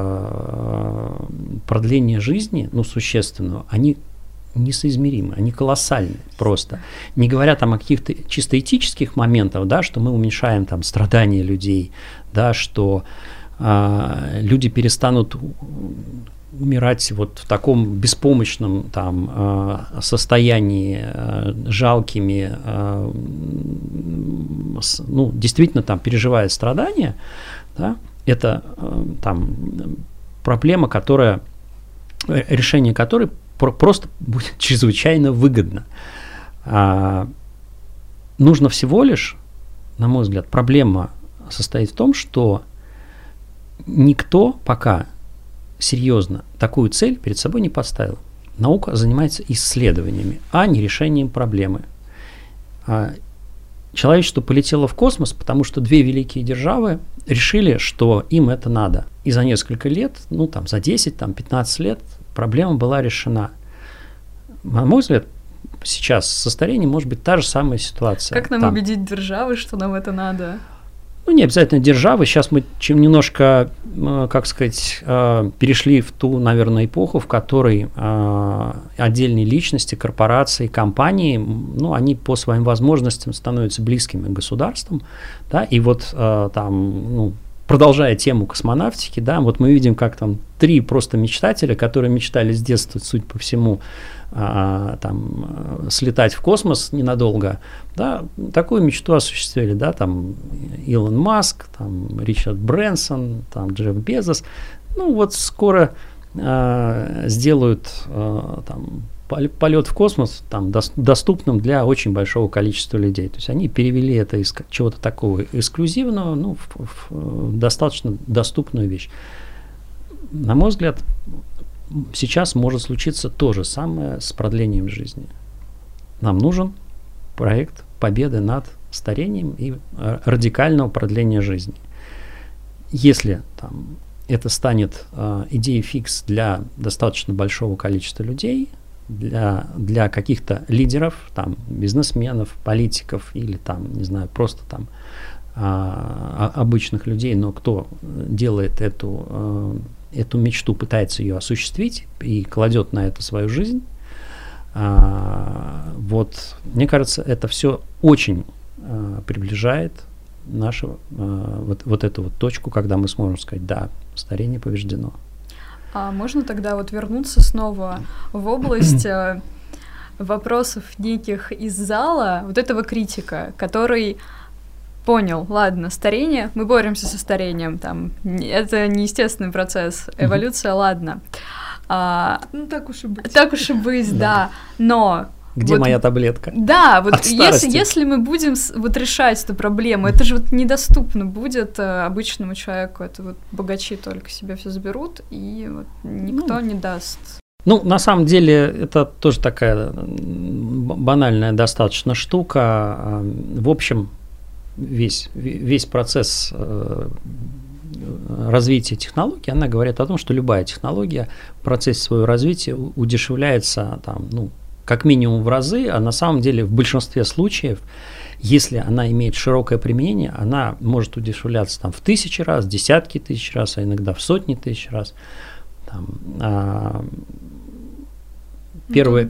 продления жизни, существенного, они несоизмеримы, они колоссальны просто. Не говоря там о каких-то чисто этических моментах, да, что мы уменьшаем там страдания людей, да, что люди перестанут умирать вот в таком беспомощном там состоянии, жалкими, действительно там переживая страдания, да, это там проблема, решение которой просто будет чрезвычайно выгодно. Нужно всего лишь, на мой взгляд, проблема состоит в том, что никто пока серьезно такую цель перед собой не поставил. Наука занимается исследованиями, а не решением проблемы. Человечество полетело в космос, потому что две великие державы решили, что им это надо. И за несколько лет, за 10-15 лет проблема была решена. На мой взгляд, сейчас со старением может быть та же самая ситуация. Как нам убедить державы, что нам это надо? Не обязательно державы. Сейчас мы немножко, перешли в ту, наверное, эпоху, в которой отдельные личности, корпорации, компании, они по своим возможностям становятся близкими к государствам. Да, и вот продолжая тему космонавтики, да, вот мы видим, как там 3 просто мечтателя, которые мечтали с детства, судя по всему, слетать в космос ненадолго, да, такую мечту осуществили, да, там Илон Маск, там Ричард Брэнсон, там Джефф Безос, скоро сделают полет в космос доступным для очень большого количества людей. То есть они перевели это из чего-то такого эксклюзивного в достаточно доступную вещь. На мой взгляд, сейчас может случиться то же самое с продлением жизни. Нам нужен проект победы над старением и радикального продления жизни. Если это станет идеей фикс для достаточно большого количества людей, для каких-то лидеров, бизнесменов, политиков или просто обычных людей, но кто делает эту мечту, пытается ее осуществить и кладет на это свою жизнь, мне кажется, это все очень приближает нашу эту точку, когда мы сможем сказать, да, старение побеждено. А можно тогда вернуться снова в область вопросов неких из зала, этого критика, который понял, ладно, старение, мы боремся со старением, это неестественный процесс, эволюция, ладно. Так уж и быть. Так уж и быть, да, но... Где моя таблетка? Да, если мы будем решать эту проблему, это же недоступно будет обычному человеку, это богачи только себе все заберут, и никто не даст. На самом деле, это тоже такая банальная достаточно штука. В общем, весь процесс развития технологий, она говорит о том, что любая технология в процессе своего развития удешевляется как минимум в разы, а на самом деле в большинстве случаев, если она имеет широкое применение, она может удешевляться в 1000 раз, десятки тысяч раз, а иногда в сотни тысяч раз. там, первое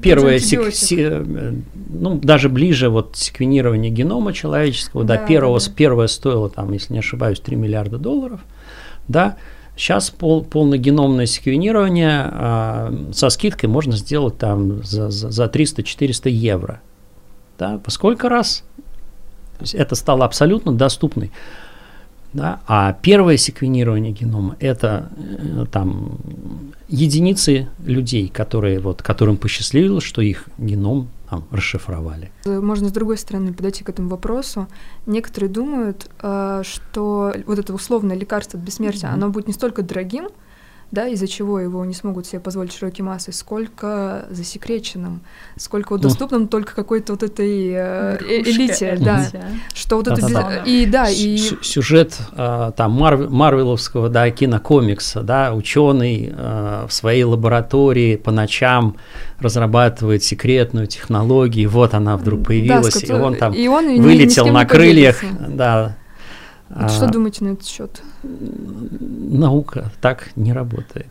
даже ближе вот секвенирование генома человеческого, первое стоило, там, если не ошибаюсь, $3 миллиарда, да, сейчас полногеномное секвенирование со скидкой можно сделать там за 300-400 евро, да, во сколько раз? То есть это стало абсолютно доступной. Да? А первое секвенирование генома – это там единицы людей, которым посчастливилось, что их геном там расшифровали. Можно с другой стороны подойти к этому вопросу. Некоторые думают, что вот это условное лекарство от бессмертия, оно будет не столько дорогим, да, из-за чего его не смогут себе позволить широкие массы, сколько засекреченным, сколько доступным только какой-то вот этой элите, да, что вот это и сюжет там марвеловского, да, кинокомикса, да, ученый в своей лаборатории по ночам разрабатывает секретную технологию, вот она вдруг появилась, и он там вылетел на крыльях, да. Что думаете на этот счет? Наука так не работает.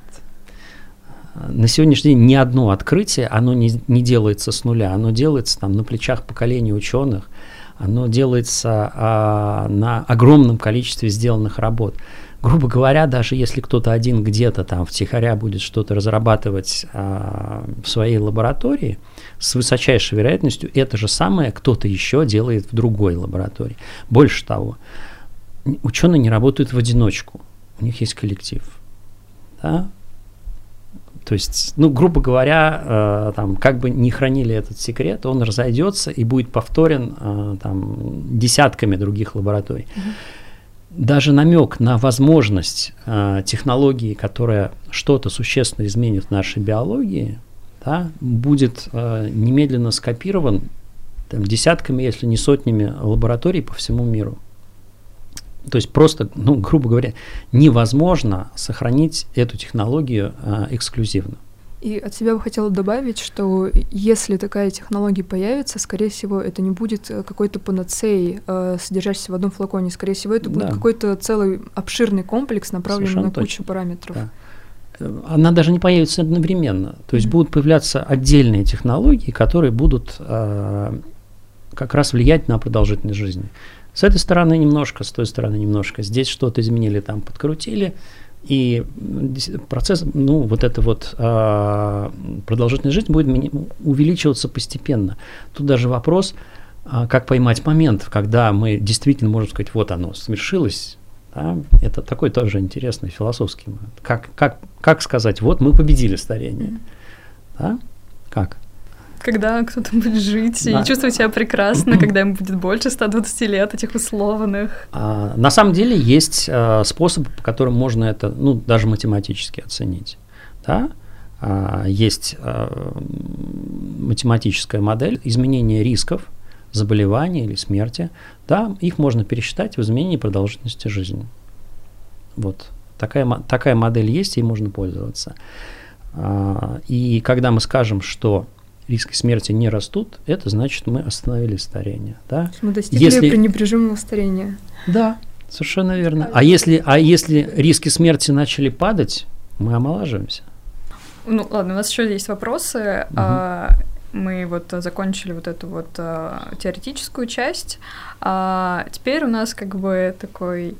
На сегодняшний день ни одно открытие, оно не делается с нуля, оно делается там на плечах поколений ученых, оно делается на огромном количестве сделанных работ. Грубо говоря, даже если кто-то один где-то там втихаря будет что-то разрабатывать в своей лаборатории, с высочайшей вероятностью это же самое кто-то еще делает в другой лаборатории. Больше того, ученые не работают в одиночку, у них есть коллектив, да? То есть, грубо говоря, там, как бы ни хранили этот секрет, он разойдется и будет повторен там, десятками других лабораторий. Даже намек на возможность технологии, которая что-то существенно изменит в нашей биологии, да, будет немедленно скопирован там, десятками, если не сотнями лабораторий по всему миру. То есть просто, грубо говоря, невозможно сохранить эту технологию эксклюзивно. И от себя бы хотела добавить, что если такая технология появится, скорее всего, это не будет какой-то панацеей, содержащейся в одном флаконе. Скорее всего, это будет какой-то целый обширный комплекс, направленный совершенно на кучу параметров. Да. Она даже не появится одновременно. То есть будут появляться отдельные технологии, которые будут как раз влиять на продолжительность жизни. С этой стороны немножко, с той стороны немножко. Здесь что-то изменили, там подкрутили, и процесс, продолжительность жизни будет увеличиваться постепенно. Тут даже вопрос, как поймать момент, когда мы действительно можем сказать, вот оно свершилось. Да? Это такой тоже интересный философский момент. Как сказать, вот мы победили старение. Да? Как? Когда кто-то будет жить и чувствовать себя прекрасно, когда ему будет больше 120 лет, этих условных. На самом деле есть способы, по которым можно это, даже математически оценить. Да? Есть математическая модель изменения рисков заболевания или смерти. Да? Их можно пересчитать в изменении продолжительности жизни. Вот. Такая модель есть, ей можно пользоваться. И когда мы скажем, что риски смерти не растут, это значит, мы остановили старение. Да? Мы достигли пренебрежимого старения. Да, совершенно верно. А если риски смерти начали падать, мы омолаживаемся. Ладно, у нас еще есть вопросы. Мы вот закончили вот эту вот теоретическую часть. Теперь у нас как бы такой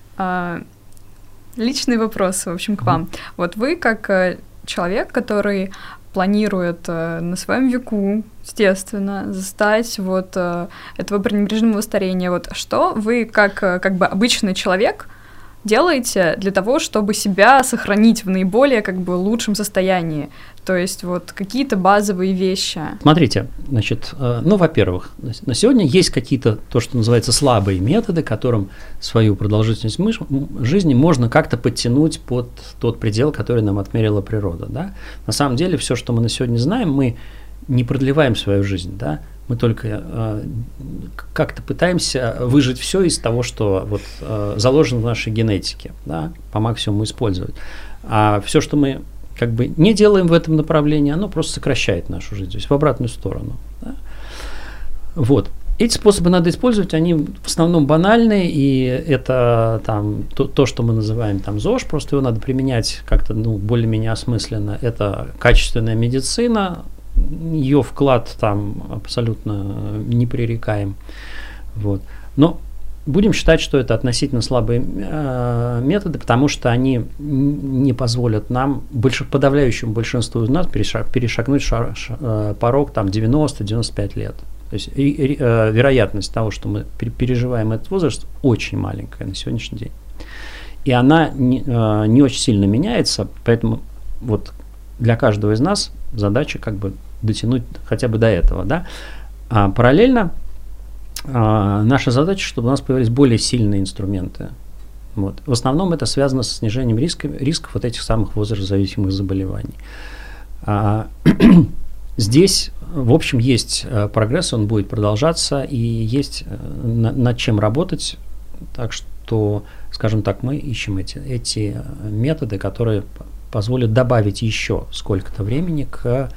личный вопрос, в общем, к вам. Вот вы как человек, который планирует на своем веку, естественно, застать вот этого пренебрежимого старения. Вот что вы, как бы обычный человек, делаете для того, чтобы себя сохранить в наиболее как бы лучшем состоянии? То есть вот какие-то базовые вещи. Смотрите, значит, во-первых, на сегодня есть какие-то, то, что называется, слабые методы, которым свою продолжительность жизни можно как-то подтянуть под тот предел, который нам отмерила природа. Да? На самом деле, все, что мы на сегодня знаем, мы не продлеваем свою жизнь, да? Мы только как-то пытаемся выжать все из того, что вот, заложено в нашей генетике, да? По максимуму использовать. А все, что мы как бы не делаем в этом направлении, оно просто сокращает нашу жизнь, то есть в обратную сторону. Да? Вот. Эти способы надо использовать, они в основном банальные, и это там то, что мы называем там ЗОЖ, просто его надо применять как-то более-менее осмысленно. Это качественная медицина, ее вклад там абсолютно непререкаем. Вот. Но будем считать, что это относительно слабые методы, потому что они не позволят нам, подавляющему большинству из нас, перешагнуть порог там 90-95 лет. То есть вероятность того, что мы переживаем этот возраст, очень маленькая на сегодняшний день. И она не очень сильно меняется, поэтому вот для каждого из нас задача как бы дотянуть хотя бы до этого. Да? А параллельно наша задача, чтобы у нас появились более сильные инструменты. Вот. В основном это связано со снижением рисков вот этих самых возрастзависимых заболеваний. Здесь, в общем, есть прогресс, он будет продолжаться, и есть над чем работать. Так что, скажем так, мы ищем эти методы, которые позволят добавить еще сколько-то времени к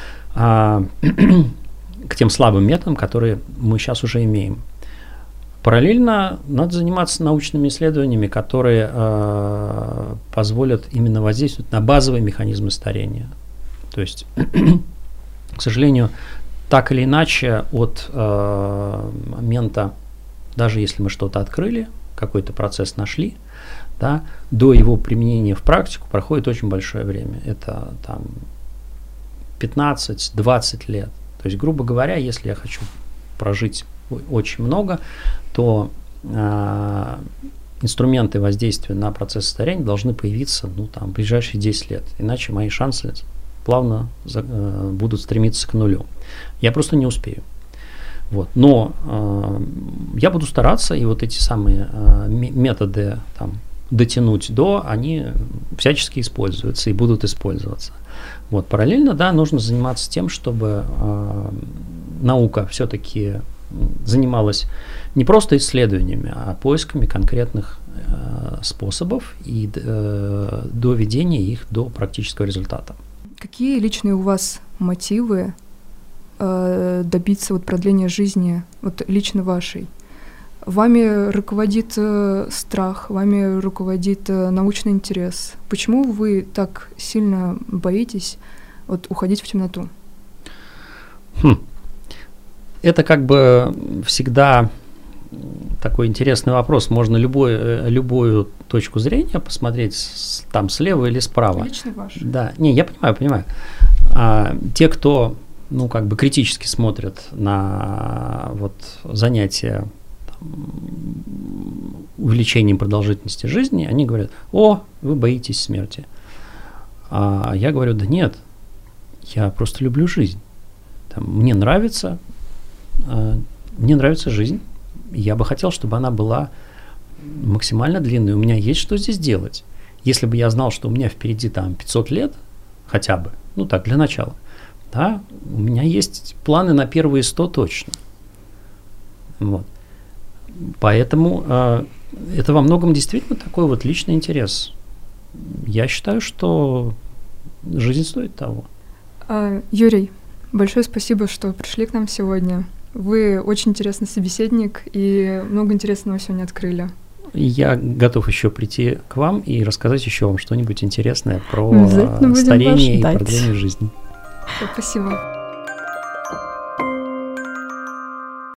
тем слабым методам, которые мы сейчас уже имеем. Параллельно надо заниматься научными исследованиями, которые позволят именно воздействовать на базовые механизмы старения. То есть, к сожалению, так или иначе от момента, даже если мы что-то открыли, какой-то процесс нашли, да, до его применения в практику проходит очень большое время. Это там 15-20 лет. То есть, грубо говоря, если я хочу прожить очень много, то инструменты воздействия на процесс старения должны появиться в ближайшие 10 лет. Иначе мои шансы плавно будут стремиться к нулю. Я просто не успею. Вот. Но я буду стараться, и вот эти самые методы дотянуть до, они всячески используются и будут использоваться. Вот. Параллельно, да, нужно заниматься тем, чтобы наука все-таки занималась не просто исследованиями, а поисками конкретных способов и доведения их до практического результата. Какие личные у вас мотивы добиться продления жизни, лично вашей? Вами руководит страх, вами руководит научный интерес. Почему вы так сильно боитесь уходить в темноту? Это как бы всегда такой интересный вопрос. Можно любую точку зрения посмотреть там слева или справа. Лично ваш. Да, не, я понимаю. Те, кто критически смотрят на занятия увеличением продолжительности жизни, они говорят: о, вы боитесь смерти. А я говорю: да нет, я просто люблю жизнь. Мне нравится жизнь. Я бы хотел, чтобы она была максимально длинной. У меня есть что здесь делать. Если бы я знал, что у меня впереди 500 лет, хотя бы, для начала, да, у меня есть планы на первые 100 точно. Вот. Поэтому это во многом действительно такой личный интерес. Я считаю, что жизнь стоит того. Юрий, большое спасибо, что пришли к нам сегодня. Вы очень интересный собеседник и много интересного сегодня открыли. Я готов еще прийти к вам и рассказать еще вам что-нибудь интересное про старение и продление жизни. Спасибо.